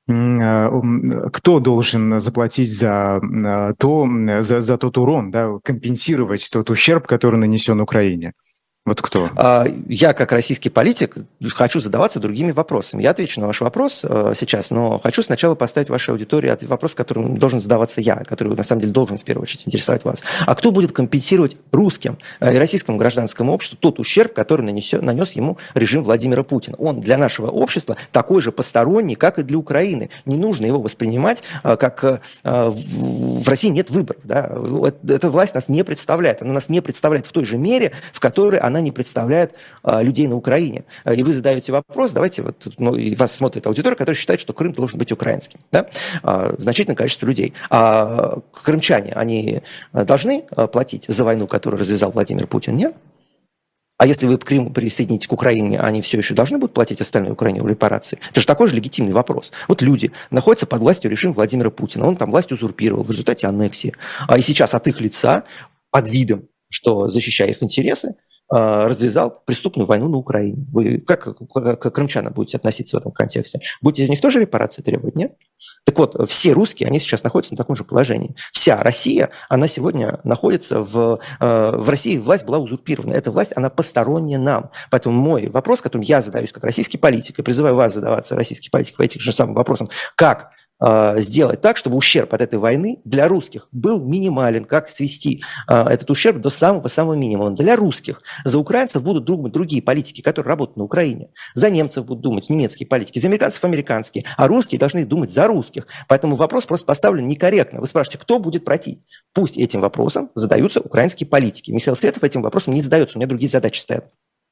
кто должен заплатить за тот урон, да, компенсировать тот ущерб, который нанесен Украине? Вот кто? Я, как российский политик, хочу задаваться другими вопросами. Я отвечу на ваш вопрос сейчас, но хочу сначала поставить вашей аудитории вопрос, которым должен задаваться я, который, на самом деле, должен в первую очередь интересовать вас. А кто будет компенсировать русским и российскому гражданскому обществу тот ущерб, который нанес ему режим Владимира Путина? Он для нашего общества такой же посторонний, как и для Украины. Не нужно его воспринимать, как в России нет выборов. Да? Эта власть нас не представляет. Она нас не представляет в той же мере, в которой она не представляет людей на Украине. И вы задаете вопрос, давайте, и вас смотрит аудитория, которая считает, что Крым должен быть украинским. Да? Значительное количество людей. А крымчане, они должны платить за войну, которую развязал Владимир Путин? Нет? А если вы Крым присоедините к Украине, они все еще должны будут платить остальной Украине репарации? Это же такой же легитимный вопрос. Вот люди находятся под властью режима Владимира Путина. Он там власть узурпировал в результате аннексии. И сейчас от их лица, под видом, что защищая их интересы, развязал преступную войну на Украине. Вы как к крымчанам будете относиться в этом контексте? Будете из них тоже репарации требовать, нет? Так вот, все русские, они сейчас находятся на таком же положении. Вся Россия, она сегодня находится в России, власть была узурпирована. Эта власть, она посторонняя нам. Поэтому мой вопрос, которым я задаюсь как российский политик, и призываю вас задаваться, российский политик, по этим же самым вопросам, как сделать так, чтобы ущерб от этой войны для русских был минимален, как свести этот ущерб до самого-самого минимума. Для русских. За украинцев будут думать другие политики, которые работают на Украине. За немцев будут думать немецкие политики, за американцев американские, а русские должны думать за русских. Поэтому вопрос просто поставлен некорректно. Вы спрашиваете, кто будет платить? Пусть этим вопросом задаются украинские политики. Михаил Светов этим вопросом не задается, у меня другие задачи стоят.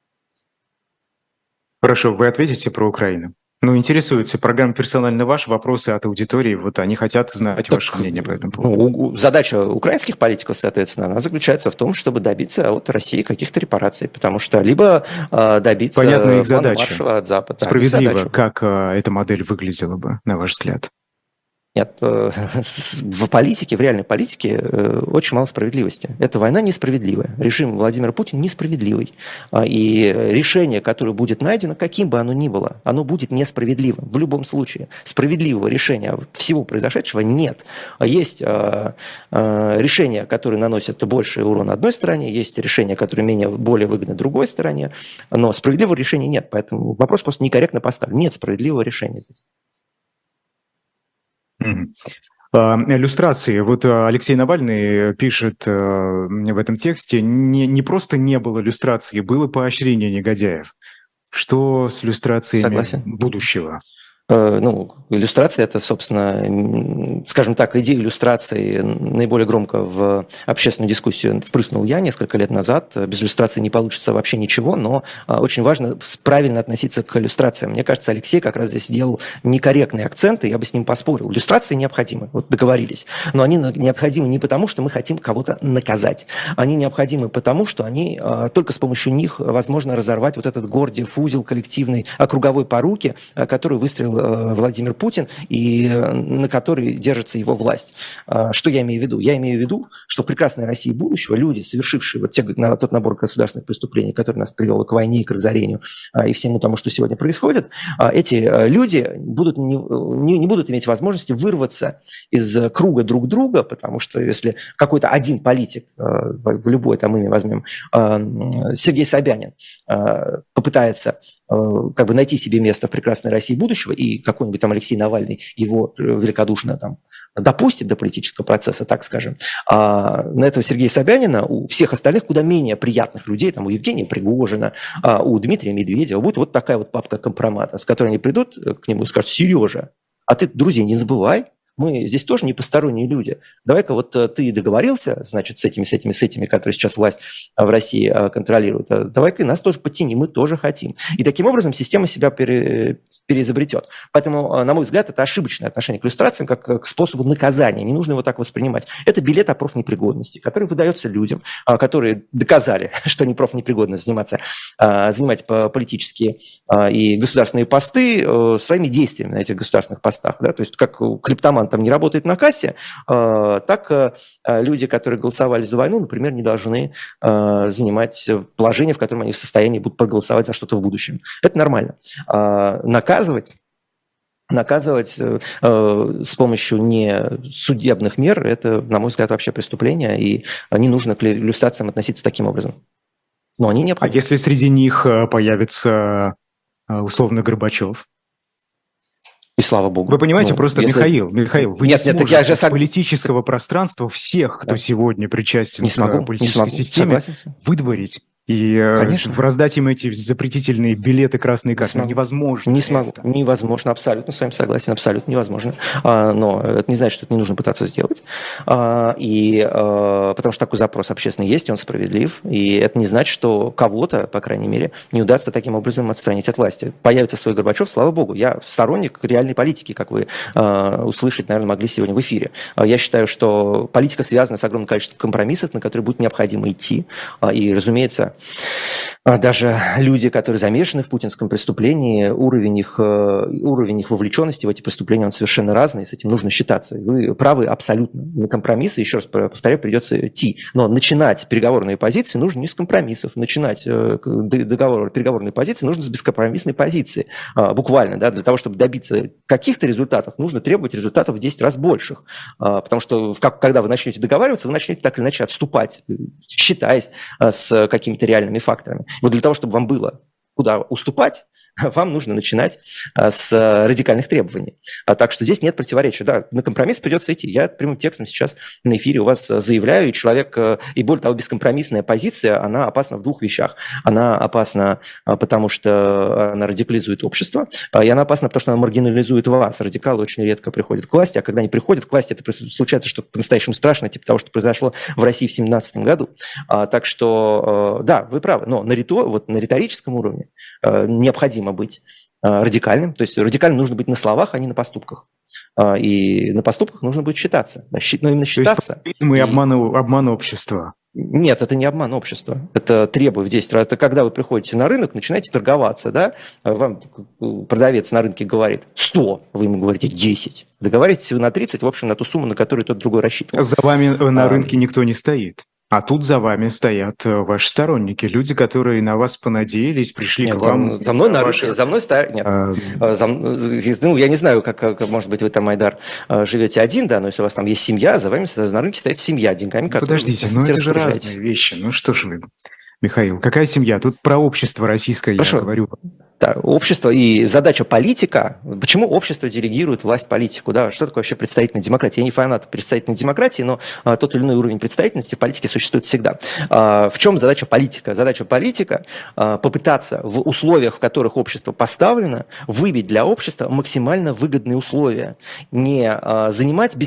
Хорошо, вы ответите про Украину? Интересуется программа «Персонально ваш», вопросы от аудитории, вот они хотят знать ваше мнение по этому поводу. Задача украинских политиков, соответственно, она заключается в том, чтобы добиться от России каких-то репараций, потому что либо добиться понятно, их задача. Маршалла от Запада. Справедливо, как эта модель выглядела бы, на ваш взгляд? Нет, в политике, в реальной политике очень мало справедливости. Эта война несправедливая. Режим Владимира Путина несправедливый. И решение, которое будет найдено, каким бы оно ни было, оно будет несправедливым. В любом случае. Справедливого решения всего произошедшего нет. Есть решения, которые наносят больше урона одной стороне, есть решения, которые более выгодны другой стороне, но справедливого решения нет. Поэтому вопрос просто некорректно поставлен. Нет справедливого решения здесь. Иллюстрации. Вот Алексей Навальный пишет в этом тексте, не просто не было иллюстрации, было поощрение негодяев. Что с иллюстрациями будущего? Иллюстрация – это, собственно, скажем так, идея иллюстрации наиболее громко в общественную дискуссию впрыснул я несколько лет назад. Без иллюстрации не получится вообще ничего, но очень важно правильно относиться к иллюстрациям. Мне кажется, Алексей как раз здесь сделал некорректные акценты, я бы с ним поспорил. Иллюстрации необходимы, вот договорились, но они необходимы не потому, что мы хотим кого-то наказать. Они необходимы потому, что они только с помощью них возможно разорвать вот этот Гордиев узел коллективной круговой поруки, который выстроил Владимир Путин и на который держится его власть. Что я имею в виду? Я имею в виду, что в прекрасной России будущего люди, совершившие тот набор государственных преступлений, который нас привел к войне и к разорению и всему тому, что сегодня происходит, эти люди не будут иметь возможности вырваться из круга друг друга, потому что если какой-то один политик, в любое там имя возьмем, Сергей Собянин, попытается найти себе место в прекрасной России будущего, и какой-нибудь там Алексей Навальный его великодушно там допустит до политического процесса, так скажем, на этого Сергея Собянина у всех остальных куда менее приятных людей, там у Евгения Пригожина, у Дмитрия Медведева будет вот такая вот папка компромата, с которой они придут к нему и скажут: Сережа, а ты, друзей, не забывай, мы здесь тоже не посторонние люди. Давай-ка вот ты договорился, значит, с этими, которые сейчас власть в России контролирует. Давай-ка нас тоже подтяни, мы тоже хотим. И таким образом система себя переизобретет. Поэтому, на мой взгляд, это ошибочное отношение к иллюстрациям как к способу наказания. Не нужно его так воспринимать. Это билет о профнепригодности, который выдается людям, которые доказали, что они профнепригодны занимать политические и государственные посты своими действиями на этих государственных постах. Да? То есть как клептоман там не работает на кассе, так люди, которые голосовали за войну, например, не должны занимать положение, в котором они в состоянии будут проголосовать за что-то в будущем. Это нормально. Наказывать с помощью не судебных мер – это, на мой взгляд, вообще преступление, и не нужно к иллюстрациям относиться таким образом. Но они необходимы. А если среди них появится условно Горбачев? И слава богу. Вы понимаете, просто, Михаил, вы не сможете из политического пространства всех, кто сегодня причастен к политической системе, выдворить и раздать им эти запретительные билеты, красные карты. Невозможно. Не смогу. Невозможно, абсолютно с вами согласен, абсолютно невозможно. Но это не значит, что это не нужно пытаться сделать. Потому что такой запрос общественный есть, он справедлив. И это не значит, что кого-то, по крайней мере, не удастся таким образом отстранить от власти. Появится свой Горбачев, слава богу. Я сторонник реальной политики, как вы услышать, наверное, могли сегодня в эфире. Я считаю, что политика связана с огромным количеством компромиссов, на которые будет необходимо идти. И, разумеется, даже люди, которые замешаны в путинском преступлении, уровень их вовлеченности в эти преступления, он совершенно разный, и с этим нужно считаться. Вы правы абсолютно. На компромиссы, еще раз повторяю, придется идти. Но начинать переговорные позиции нужно не с компромиссов. Начинать переговорные позиции нужно с бескомпромиссной позиции. Буквально, да, для того, чтобы добиться каких-то результатов, нужно требовать результатов в 10 раз больших. Потому что, когда вы начнете договариваться, вы начнете так или иначе отступать, считаясь с какими-то реальными факторами. Вот для того, чтобы вам было куда уступать, вам нужно начинать с радикальных требований. Так что здесь нет противоречия. Да, на компромисс придется идти. Я прямым текстом сейчас на эфире у вас заявляю, и более того, бескомпромиссная позиция, она опасна в двух вещах. Она опасна, потому что она радикализует общество, и она опасна, потому что она маргинализует вас. Радикалы очень редко приходят к власти, а когда они приходят к власти, это случается что-то по-настоящему страшное, типа того, что произошло в России в 2017 году. Так что, да, вы правы, но на риторическом уровне необходимо быть радикальным. То есть радикальным нужно быть на словах, а не на поступках. И на поступках нужно будет считаться. Но именно считаться. То есть обман общества. Нет, это не обман общества, это требует в 10 раз. Это когда вы приходите на рынок, начинаете торговаться, да, вам продавец на рынке говорит 100, вы ему говорите 10. Договариваетесь вы на 30, в общем, на ту сумму, на которую тот другой рассчитывал. За вами на рынке никто не стоит. А тут за вами стоят ваши сторонники, люди, которые на вас понадеялись, пришли к вам. За мной на рынке, за мной стоят... Нет, ну, я не знаю, как, может быть, вы там, Айдар, живете один, да, но если у вас там есть семья, за вами на рынке стоит семья, деньгами, которые... Подождите, ну это же разные вещи. Ну что ж вы, Михаил, какая семья? Тут про общество российское я говорю. Да, общество и задача политика. Почему общество делегирует власть политику? Да? Что такое вообще представительная демократия? Я не фанат представительной демократии, но тот или иной уровень представительности в политике существует всегда. В чем задача политика? Задача политика попытаться в условиях, в которых общество поставлено, выбить для общества максимально выгодные условия. Не занимать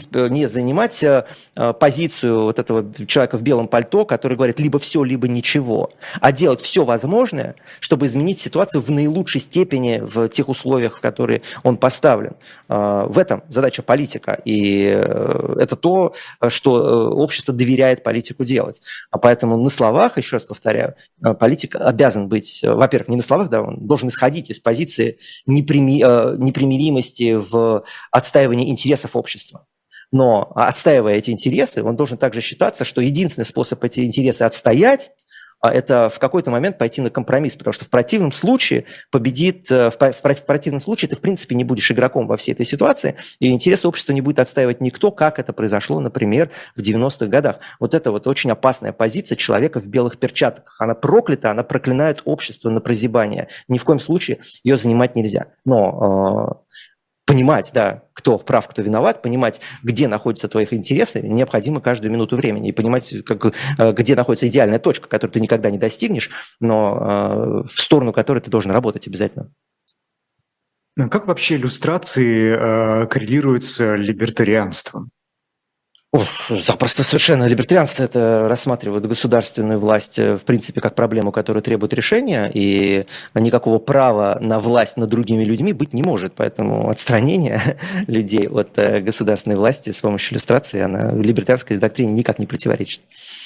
позицию вот этого человека в белом пальто, который говорит либо все, либо ничего, а делать все возможное, чтобы изменить ситуацию в наилучшей степени в тех условиях, в которые он поставлен. В этом задача политика. И это то, что общество доверяет политику делать. А поэтому на словах, еще раз повторяю, политик обязан быть, во-первых, не на словах, да, он должен исходить из позиции непримиримости в отстаивании интересов общества. Но отстаивая эти интересы, он должен также считаться, что единственный способ эти интересы отстоять, это в какой-то момент пойти на компромисс, потому что в противном случае в противном случае ты, в принципе, не будешь игроком во всей этой ситуации, и интересы общества не будет отстаивать никто, как это произошло, например, в 90-х годах. Вот это вот очень опасная позиция человека в белых перчатках. Она проклята, она проклинает общество на прозябание. Ни в коем случае ее занимать нельзя. Но понимать, да, кто прав, кто виноват, понимать, где находятся твои интересы, необходимо каждую минуту времени. И понимать, где находится идеальная точка, которую ты никогда не достигнешь, но в сторону которой ты должен работать обязательно. Как вообще иллюстрации коррелируют с либертарианством? Запросто совершенно. Либертарианцы это рассматривают государственную власть, в принципе, как проблему, которая требует решения, и никакого права на власть над другими людьми быть не может. Поэтому отстранение людей от государственной власти с помощью иллюстрации, она либертарианской доктрине никак не противоречит.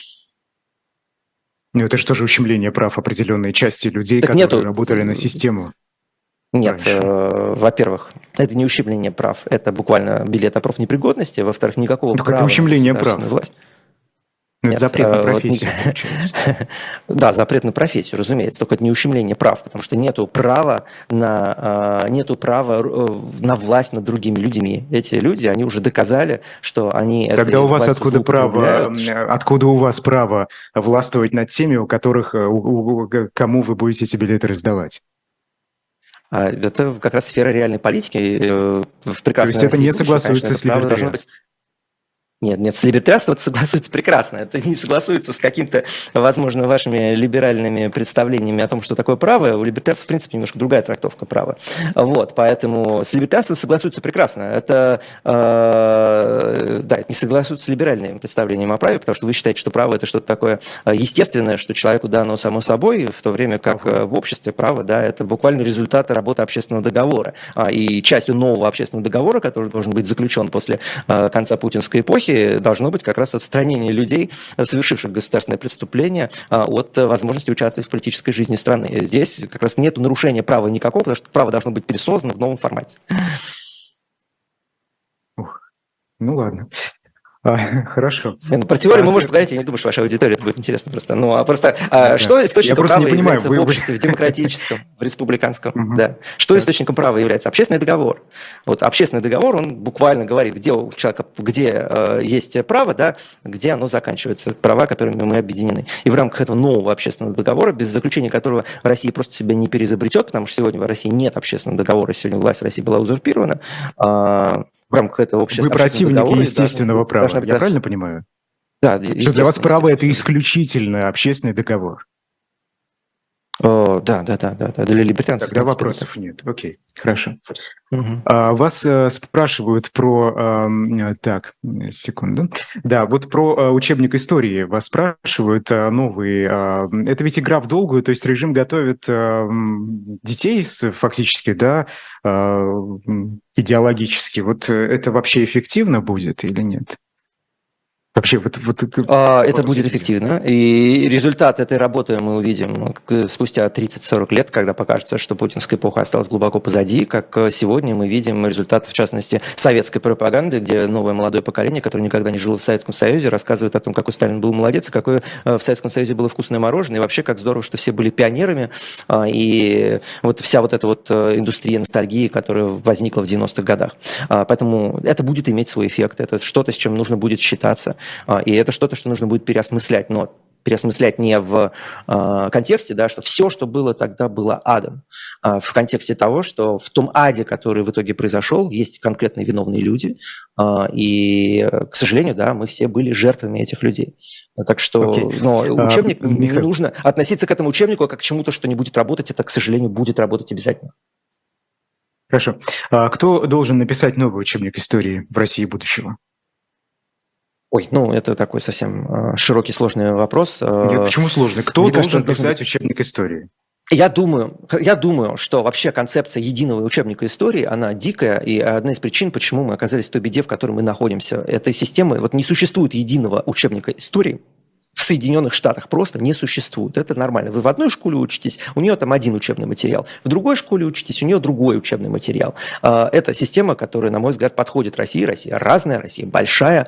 Ну это же тоже ущемление прав определенной части людей, так которые работали на систему. Нет, во-первых, это не ущемление прав, это буквально билет о профнепригодности, во-вторых, никакого права это ущемление прав. Власть. Ну, это запрет на профессию, получается. Да, запрет на профессию, разумеется, только это не ущемление прав, потому что нету права на власть над другими людьми. Эти люди, они уже доказали, что они... Тогда у вас откуда у вас право властвовать над теми, у которых, кому вы будете эти билеты раздавать? Это как раз сфера реальной политики. В То есть это не согласуется с либертарианством? Нет, с либертарианством это согласуется прекрасно. Это не согласуется с каким-то, возможно, вашими либеральными представлениями о том, что такое право. У либертарианцев, в принципе, немножко другая трактовка права. Вот, поэтому с либертарианством согласуется прекрасно. Это, это не согласуется с либеральными представлениями о праве, потому что вы считаете, что право – это что-то такое естественное, что человеку дано само собой, в то время как в обществе право, да, это буквально результаты работы общественного договора. И частью нового общественного договора, который должен быть заключен после конца путинской эпохи, должно быть как раз отстранение людей, совершивших государственное преступление, от возможности участвовать в политической жизни страны. Здесь как раз нет нарушения права никакого, потому что право должно быть пересоздано в новом формате. Ну ладно. Хорошо. Про теорию мы можем поговорить, я не думаю, что вашей аудитории это будет интересно просто. Что источником права является в обществе, в демократическом, в республиканском? Да. Что источником права является? Общественный договор. Вот общественный договор, он буквально говорит, где у человека, где есть право, да, где оно заканчивается, права, которыми мы объединены. И в рамках этого нового общественного договора, без заключения которого Россия просто себя не переизобретет, потому что сегодня в России нет общественного договора, сегодня власть в России была узурпирована, в рамках этого общественного договора... Вы противники естественного права, я правильно понимаю? Да. Что для вас право – это исключительно общественный договор? Да. Для либертарианцев. Тогда вопросов нет. Окей, хорошо. Вас спрашивают про... Так, секунду. Да, вот про учебник истории вас спрашивают новый. Это ведь игра в долгую, то есть режим готовит детей фактически, да, идеологически. Вот это вообще эффективно будет или нет? Вообще, Это будет эффективно, и результат этой работы мы увидим спустя 30-40 лет, когда покажется, что путинская эпоха осталась глубоко позади, как сегодня мы видим результат, в частности, советской пропаганды, где новое молодое поколение, которое никогда не жило в Советском Союзе, рассказывает о том, какой Сталин был молодец, и какое в Советском Союзе было вкусное мороженое, и вообще, как здорово, что все были пионерами, и вот вся вот эта вот индустрия ностальгии, которая возникла в 90-х годах. Поэтому это будет иметь свой эффект, это что-то, с чем нужно будет считаться. И это что-то, что нужно будет переосмыслять, но переосмыслять не в контексте, да, что все, что было тогда, было адом, а в контексте того, что в том аде, который в итоге произошел, есть конкретные виновные люди, и, к сожалению, да, мы все были жертвами этих людей. Так что учебник, не нужно относиться к этому учебнику как к чему-то, что не будет работать, это, к сожалению, будет работать обязательно. Хорошо. Кто должен написать новый учебник истории в России будущего? Ой, это такой совсем широкий, сложный вопрос. Нет, почему сложный? Кто должен писать учебник истории? Я думаю, что вообще концепция единого учебника истории, она дикая, и одна из причин, почему мы оказались в той беде, в которой мы находимся, этой системы, вот не существует единого учебника истории. В Соединенных Штатах просто не существует. Это нормально. Вы в одной школе учитесь, у нее там один учебный материал. В другой школе учитесь, у нее другой учебный материал. Это система, которая, на мой взгляд, подходит России. Россия разная, Россия большая.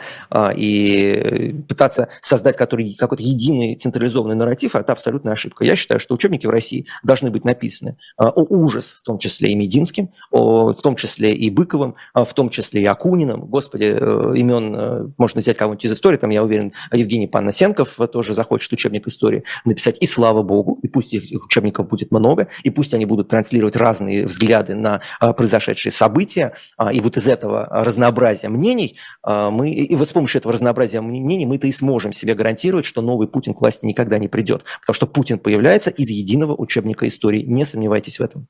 И пытаться создать какой-то единый централизованный нарратив – это абсолютная ошибка. Я считаю, что учебники в России должны быть написаны ужас, в том числе и Мединским, в том числе и Быковым, в том числе и Акуниным. Господи, имен можно взять кого-нибудь из истории. Там, я уверен, Евгений Панасенков тоже захочет учебник истории написать, и слава богу, и пусть этих учебников будет много, и пусть они будут транслировать разные взгляды на произошедшие события, и вот из этого разнообразия мнений и вот с помощью этого разнообразия мнений мы-то и сможем себе гарантировать, что новый Путин к власти никогда не придет, потому что Путин появляется из единого учебника истории, не сомневайтесь в этом.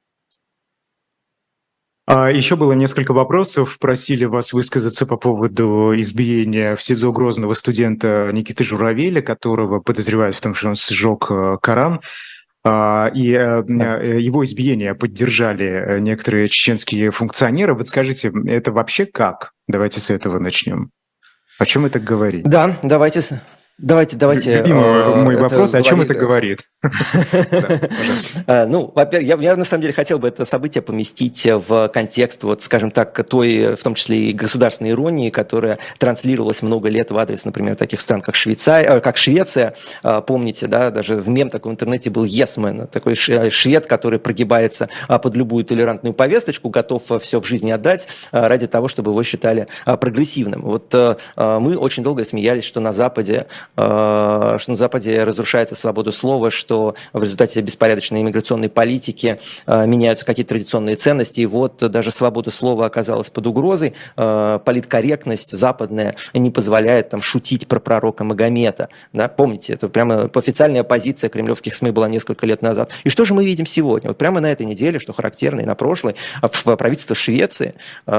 Еще было несколько вопросов. Просили вас высказаться по поводу избиения в СИЗО Грозного студента Никиты Журавеля, которого подозревают в том, что он сжег Коран. И его избиение поддержали некоторые чеченские функционеры. Вот скажите, это вообще как? Давайте с этого начнем. О чем это говорит? Да, давайте. Любимый мой вопрос, о чем это говорит? Во-первых, я на самом деле хотел бы это событие поместить в контекст, вот, скажем так, той, в том числе и государственной иронии, которая транслировалась много лет в адрес, например, таких стран, как Швеция. Помните, да, даже в мем такой в интернете был Yes Man, такой швед, который прогибается под любую толерантную повесточку, готов все в жизни отдать ради того, чтобы его считали прогрессивным. Вот мы очень долго смеялись, что на Западе разрушается свобода слова, что в результате беспорядочной иммиграционной политики меняются какие-то традиционные ценности, и вот даже свобода слова оказалась под угрозой, политкорректность западная не позволяет там шутить про пророка Магомета. Да? Помните, это прямо официальная позиция кремлевских СМИ была несколько лет назад. И что же мы видим сегодня? Вот прямо на этой неделе, что характерно и на прошлой, в правительство Швеции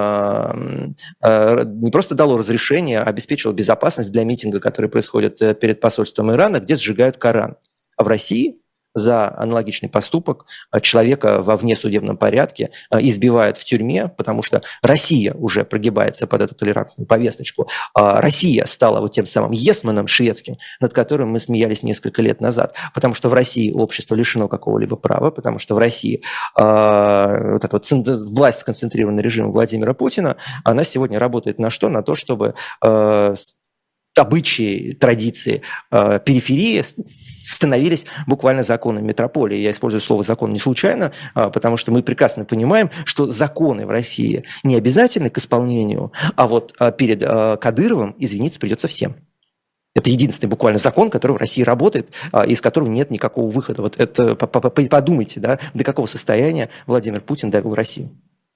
не просто дало разрешение, а обеспечило безопасность для митинга, который происходит перед посольством Ирана, где сжигают Коран. А в России за аналогичный поступок человека во внесудебном порядке избивают в тюрьме, потому что Россия уже прогибается под эту толерантную повесточку. Россия стала вот тем самым есманом шведским, над которым мы смеялись несколько лет назад, потому что в России общество лишено какого-либо права, потому что в России вот эта вот власть сконцентрированная режимом Владимира Путина, она сегодня работает на что? На то, чтобы обычаи, традиции периферии становились буквально законами метрополии. Я использую слово «закон» не случайно, потому что мы прекрасно понимаем, что законы в России не обязательны к исполнению, а вот перед Кадыровым извиниться придется всем. Это единственный буквально закон, который в России работает, из которого нет никакого выхода. Вот это подумайте, да, до какого состояния Владимир Путин довел Россию.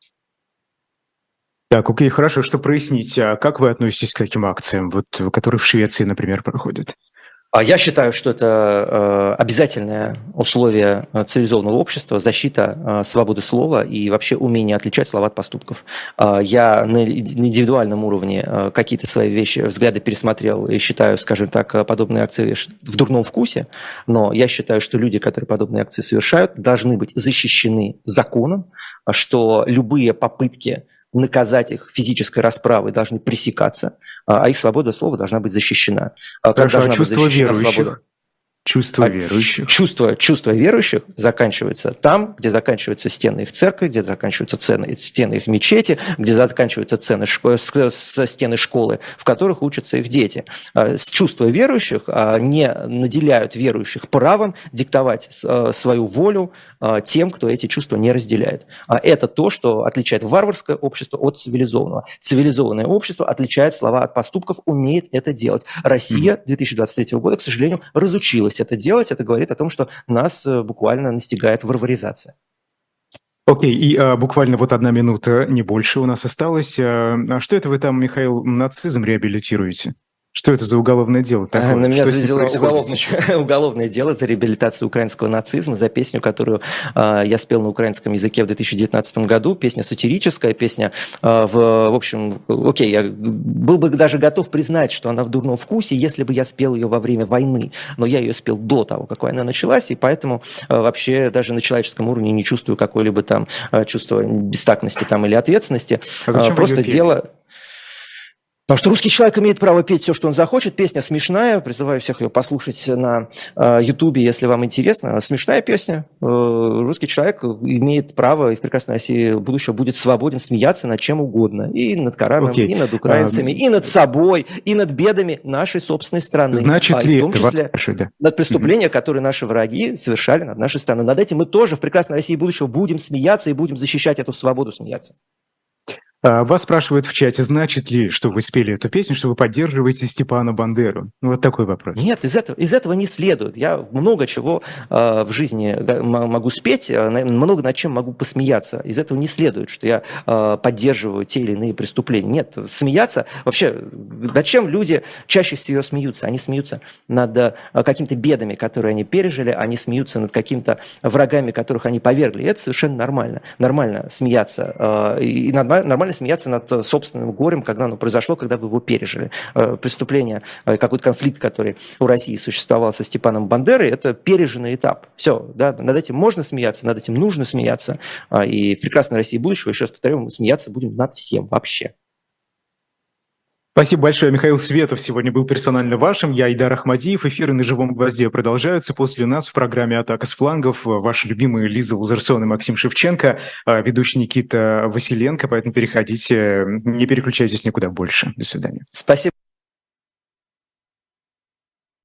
Так, окей, хорошо, что прояснить. А как вы относитесь к таким акциям, вот, которые в Швеции, например, проходят? Я считаю, что это обязательное условие цивилизованного общества, защита свободы слова и вообще умение отличать слова от поступков. Я на индивидуальном уровне какие-то свои вещи, взгляды пересмотрел и считаю, скажем так, подобные акции в дурном вкусе, но я считаю, что люди, которые подобные акции совершают, должны быть защищены законом, что любые попытки наказать их физической расправой, должны пресекаться, а их свобода слова должна быть защищена. Хорошо, а чувство верующих? Чувство верующих. Чувство верующих заканчивается там, где заканчиваются стены их церкви, где заканчиваются стены их мечети, где заканчиваются стены школы, в которых учатся их дети. Чувства верующих не наделяют верующих правом диктовать свою волю тем, кто эти чувства не разделяет. Это то, что отличает варварское общество от цивилизованного. Цивилизованное общество отличает слова от поступков, умеет это делать. Россия 2023 года, к сожалению, разучилась это делать. Это говорит о том, что нас буквально настигает варваризация. Окей, и буквально вот 1 минута, не больше у нас осталось. А что это вы там, Михаил, нацизм реабилитируете? Что это за уголовное дело такое? На меня заведено уголовное дело за реабилитацию украинского нацизма, за песню, которую я спел на украинском языке в 2019 году. Песня сатирическая, песня в общем, окей, я был бы даже готов признать, что она в дурном вкусе, если бы я спел ее во время войны. Но я ее спел до того, как война началась, и поэтому вообще даже на человеческом уровне не чувствую какое-либо там чувство бестактности там или ответственности. А зачем просто дело... Потому что русский человек имеет право петь все, что он захочет. Песня смешная. Призываю всех ее послушать на Ютубе, если вам интересно. Смешная песня. Русский человек имеет право, и в прекрасной России будущего будет свободен смеяться над чем угодно. И над Кораном, и над украинцами, и над собой, и над бедами нашей собственной страны. Значит ли в том числе над преступления, которые наши враги совершали над нашей страной. Над этим мы тоже в прекрасной России будущего будем смеяться и будем защищать эту свободу смеяться. Вас спрашивают в чате, значит ли, что вы спели эту песню, что вы поддерживаете Степана Бандеру? Вот такой вопрос. Нет, из этого не следует. Я много чего в жизни могу спеть, много над чем могу посмеяться. Из этого не следует, что я поддерживаю те или иные преступления. Нет, смеяться... Вообще, над чем люди чаще всего смеются? Они смеются над какими-то бедами, которые они пережили, они смеются над какими-то врагами, которых они повергли. И это совершенно нормально. Нормально смеяться. И нормально смеяться над собственным горем, когда оно произошло, когда вы его пережили. Преступление, какой-то конфликт, который у России существовал со Степаном Бандерой, это переженный этап. Все, да, над этим можно смеяться, над этим нужно смеяться. И в прекрасной России будущего, еще раз повторю, мы смеяться будем над всем вообще. Спасибо большое. Михаил Светов сегодня был персонально вашим. Я Айдар Ахмадиев. Эфиры на «Живом гвозде» продолжаются. После нас в программе «Атака с флангов» ваши любимые Лиза Лазерсон и Максим Шевченко, ведущий Никита Василенко. Поэтому переходите, не переключайтесь никуда больше. До свидания. Спасибо.